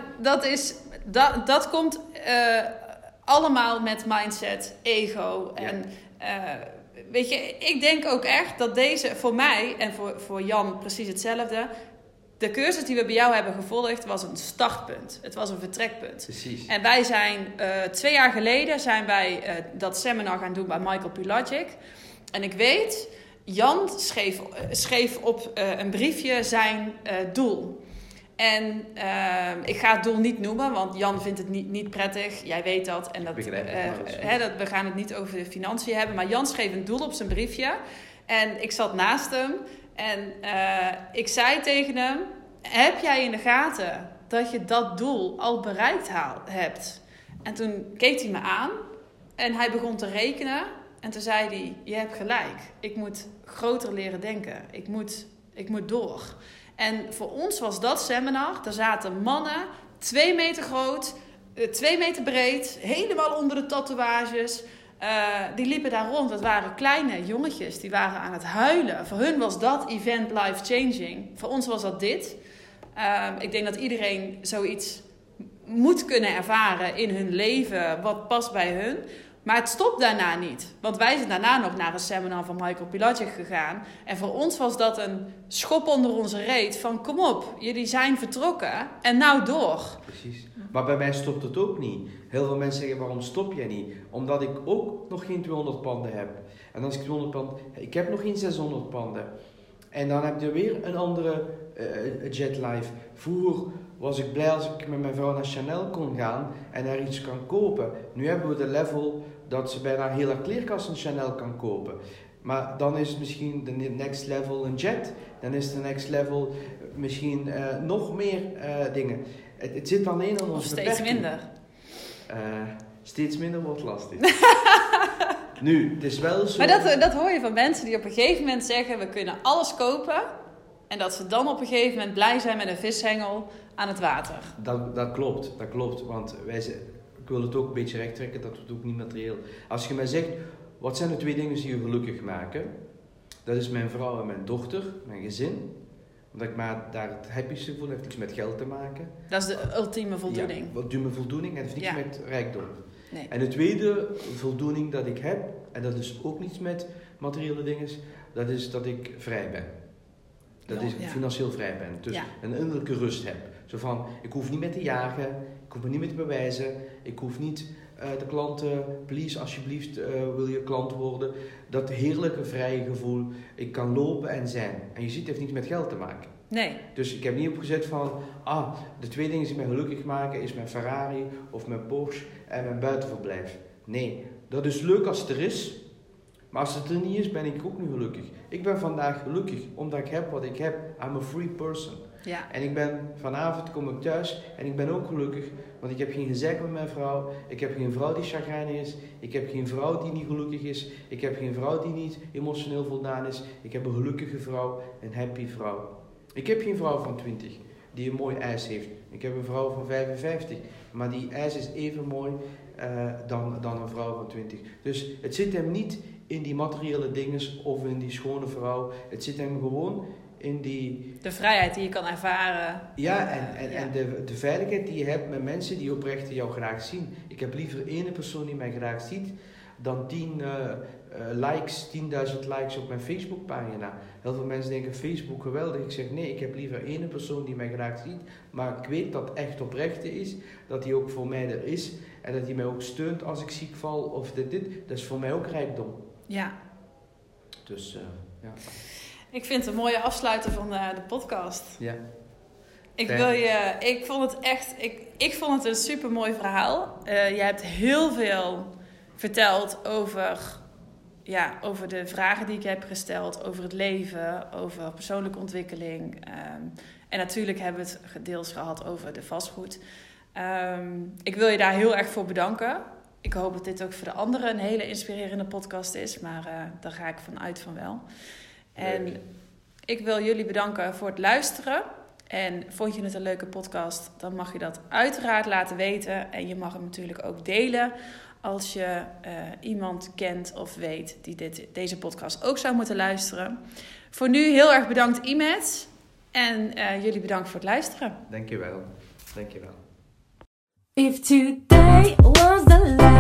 dat komt allemaal met mindset, ego. Ja. En weet je, ik denk ook echt dat deze voor mij en voor Jan precies hetzelfde... De cursus die we bij jou hebben gevolgd was een startpunt. Het was een vertrekpunt. Precies. En wij zijn 2 jaar geleden dat seminar gaan doen bij Michael Pilagic. En ik weet, Jan schreef op een briefje zijn doel. En ik ga het doel niet noemen, want Jan vindt het niet prettig. Jij weet dat. En dat, we gaan het niet over de financiën hebben. Maar Jan schreef een doel op zijn briefje. En ik zat naast hem. En ik zei tegen hem, heb jij in de gaten dat je dat doel al bereikt hebt? En toen keek hij me aan en hij begon te rekenen. En toen zei hij, je hebt gelijk. Ik moet groter leren denken. Ik moet door. En voor ons was dat seminar, daar zaten mannen, 2 meter groot, 2 meter breed, helemaal onder de tatoeages... Die liepen daar rond. Dat waren kleine jongetjes. Die waren aan het huilen. Voor hun was dat event life-changing. Voor ons was dat dit. Ik denk dat iedereen zoiets moet kunnen ervaren in hun leven. Wat past bij hun. Maar het stopt daarna niet. Want wij zijn daarna nog naar een seminar van Michael Pilatschek gegaan. En voor ons was dat een schop onder onze reet. Van kom op, jullie zijn vertrokken. En nou door. Precies. Maar bij mij stopt het ook niet. Heel veel mensen zeggen, waarom stop jij niet? Omdat ik ook nog geen 200 panden heb. En als ik 200 panden... Ik heb nog geen 600 panden. En dan heb je weer een andere jetlife. Vroeger was ik blij als ik met mijn vrouw naar Chanel kon gaan en daar iets kan kopen. Nu hebben we de level dat ze bijna een hele kleerkast in Chanel kan kopen. Maar dan is het misschien de next level een jet. Dan is de next level misschien nog meer dingen. Het zit alleen aan onze beperking. Of steeds minder. Steeds minder wordt lastig. Nu, het is wel zo... Maar dat hoor je van mensen die op een gegeven moment zeggen... we kunnen alles kopen... en dat ze dan op een gegeven moment blij zijn met een vishengel aan het water. Dat klopt. Want ik wil het ook een beetje recht trekken, dat wordt ook niet materieel. Als je mij zegt, wat zijn de 2 dingen die je gelukkig maken? Dat is mijn vrouw en mijn dochter, mijn gezin. Omdat ik maar daar het happyste voel, heeft niks met geld te maken. Dat is de ultieme voldoening. Ja, ultieme voldoening en het heeft niks met rijkdom. Nee. En de tweede voldoening dat ik heb, en dat is ook niets met materiële dingen, dat is dat ik vrij ben. Dat is financieel vrij ben. Dus een innerlijke rust heb. Zo van, ik hoef niet meer te jagen, ik hoef me niet meer te bewijzen, ik hoef niet de klanten, please alsjeblieft wil je klant worden. Dat heerlijke vrije gevoel, ik kan lopen en zijn. En je ziet, het heeft niets met geld te maken. Nee. Dus ik heb niet opgezet van, de 2 dingen die mij gelukkig maken is mijn Ferrari of mijn Porsche en mijn buitenverblijf. Nee, dat is leuk als het er is. Maar als het er niet is, ben ik ook niet gelukkig. Ik ben vandaag gelukkig, omdat ik heb wat ik heb. I'm a free person. Ja. En vanavond kom ik thuis en ik ben ook gelukkig. Want ik heb geen gezeik met mijn vrouw. Ik heb geen vrouw die chagrijnig is. Ik heb geen vrouw die niet gelukkig is. Ik heb geen vrouw die niet emotioneel voldaan is. Ik heb een gelukkige vrouw, een happy vrouw. Ik heb geen vrouw van 20 die een mooi ijs heeft. Ik heb een vrouw van 55. Maar die ijs is even mooi dan een vrouw van 20. Dus het zit hem niet in die materiële dingen of in die schone vrouw. Het zit hem gewoon in die... De vrijheid die je kan ervaren. Ja, en de veiligheid die je hebt met mensen die oprecht jou graag zien. Ik heb liever 1 persoon die mij graag ziet dan 10 likes, 10.000 likes op mijn Facebookpagina. Heel veel mensen denken Facebook geweldig. Ik zeg nee, ik heb liever 1 persoon die mij graag ziet. Maar ik weet dat het echt oprechte is. Dat hij ook voor mij er is. En dat hij mij ook steunt als ik ziek val of dit. Dat is voor mij ook rijkdom. Ja. Dus ja. Ik vind het een mooie afsluiter van de podcast. Ja. Ik vond het een super mooi verhaal. Je hebt heel veel verteld over de vragen die ik heb gesteld, over het leven, over persoonlijke ontwikkeling. En natuurlijk hebben we het deels gehad over de vastgoed. Ik wil je daar heel erg voor bedanken. Ik hoop dat dit ook voor de anderen een hele inspirerende podcast is, maar daar ga ik vanuit van wel. En ik wil jullie bedanken voor het luisteren. En vond je het een leuke podcast, dan mag je dat uiteraard laten weten. En je mag hem natuurlijk ook delen als je iemand kent of weet die deze podcast ook zou moeten luisteren. Voor nu heel erg bedankt Imet. En jullie bedankt voor het luisteren. Dankjewel. If today was the last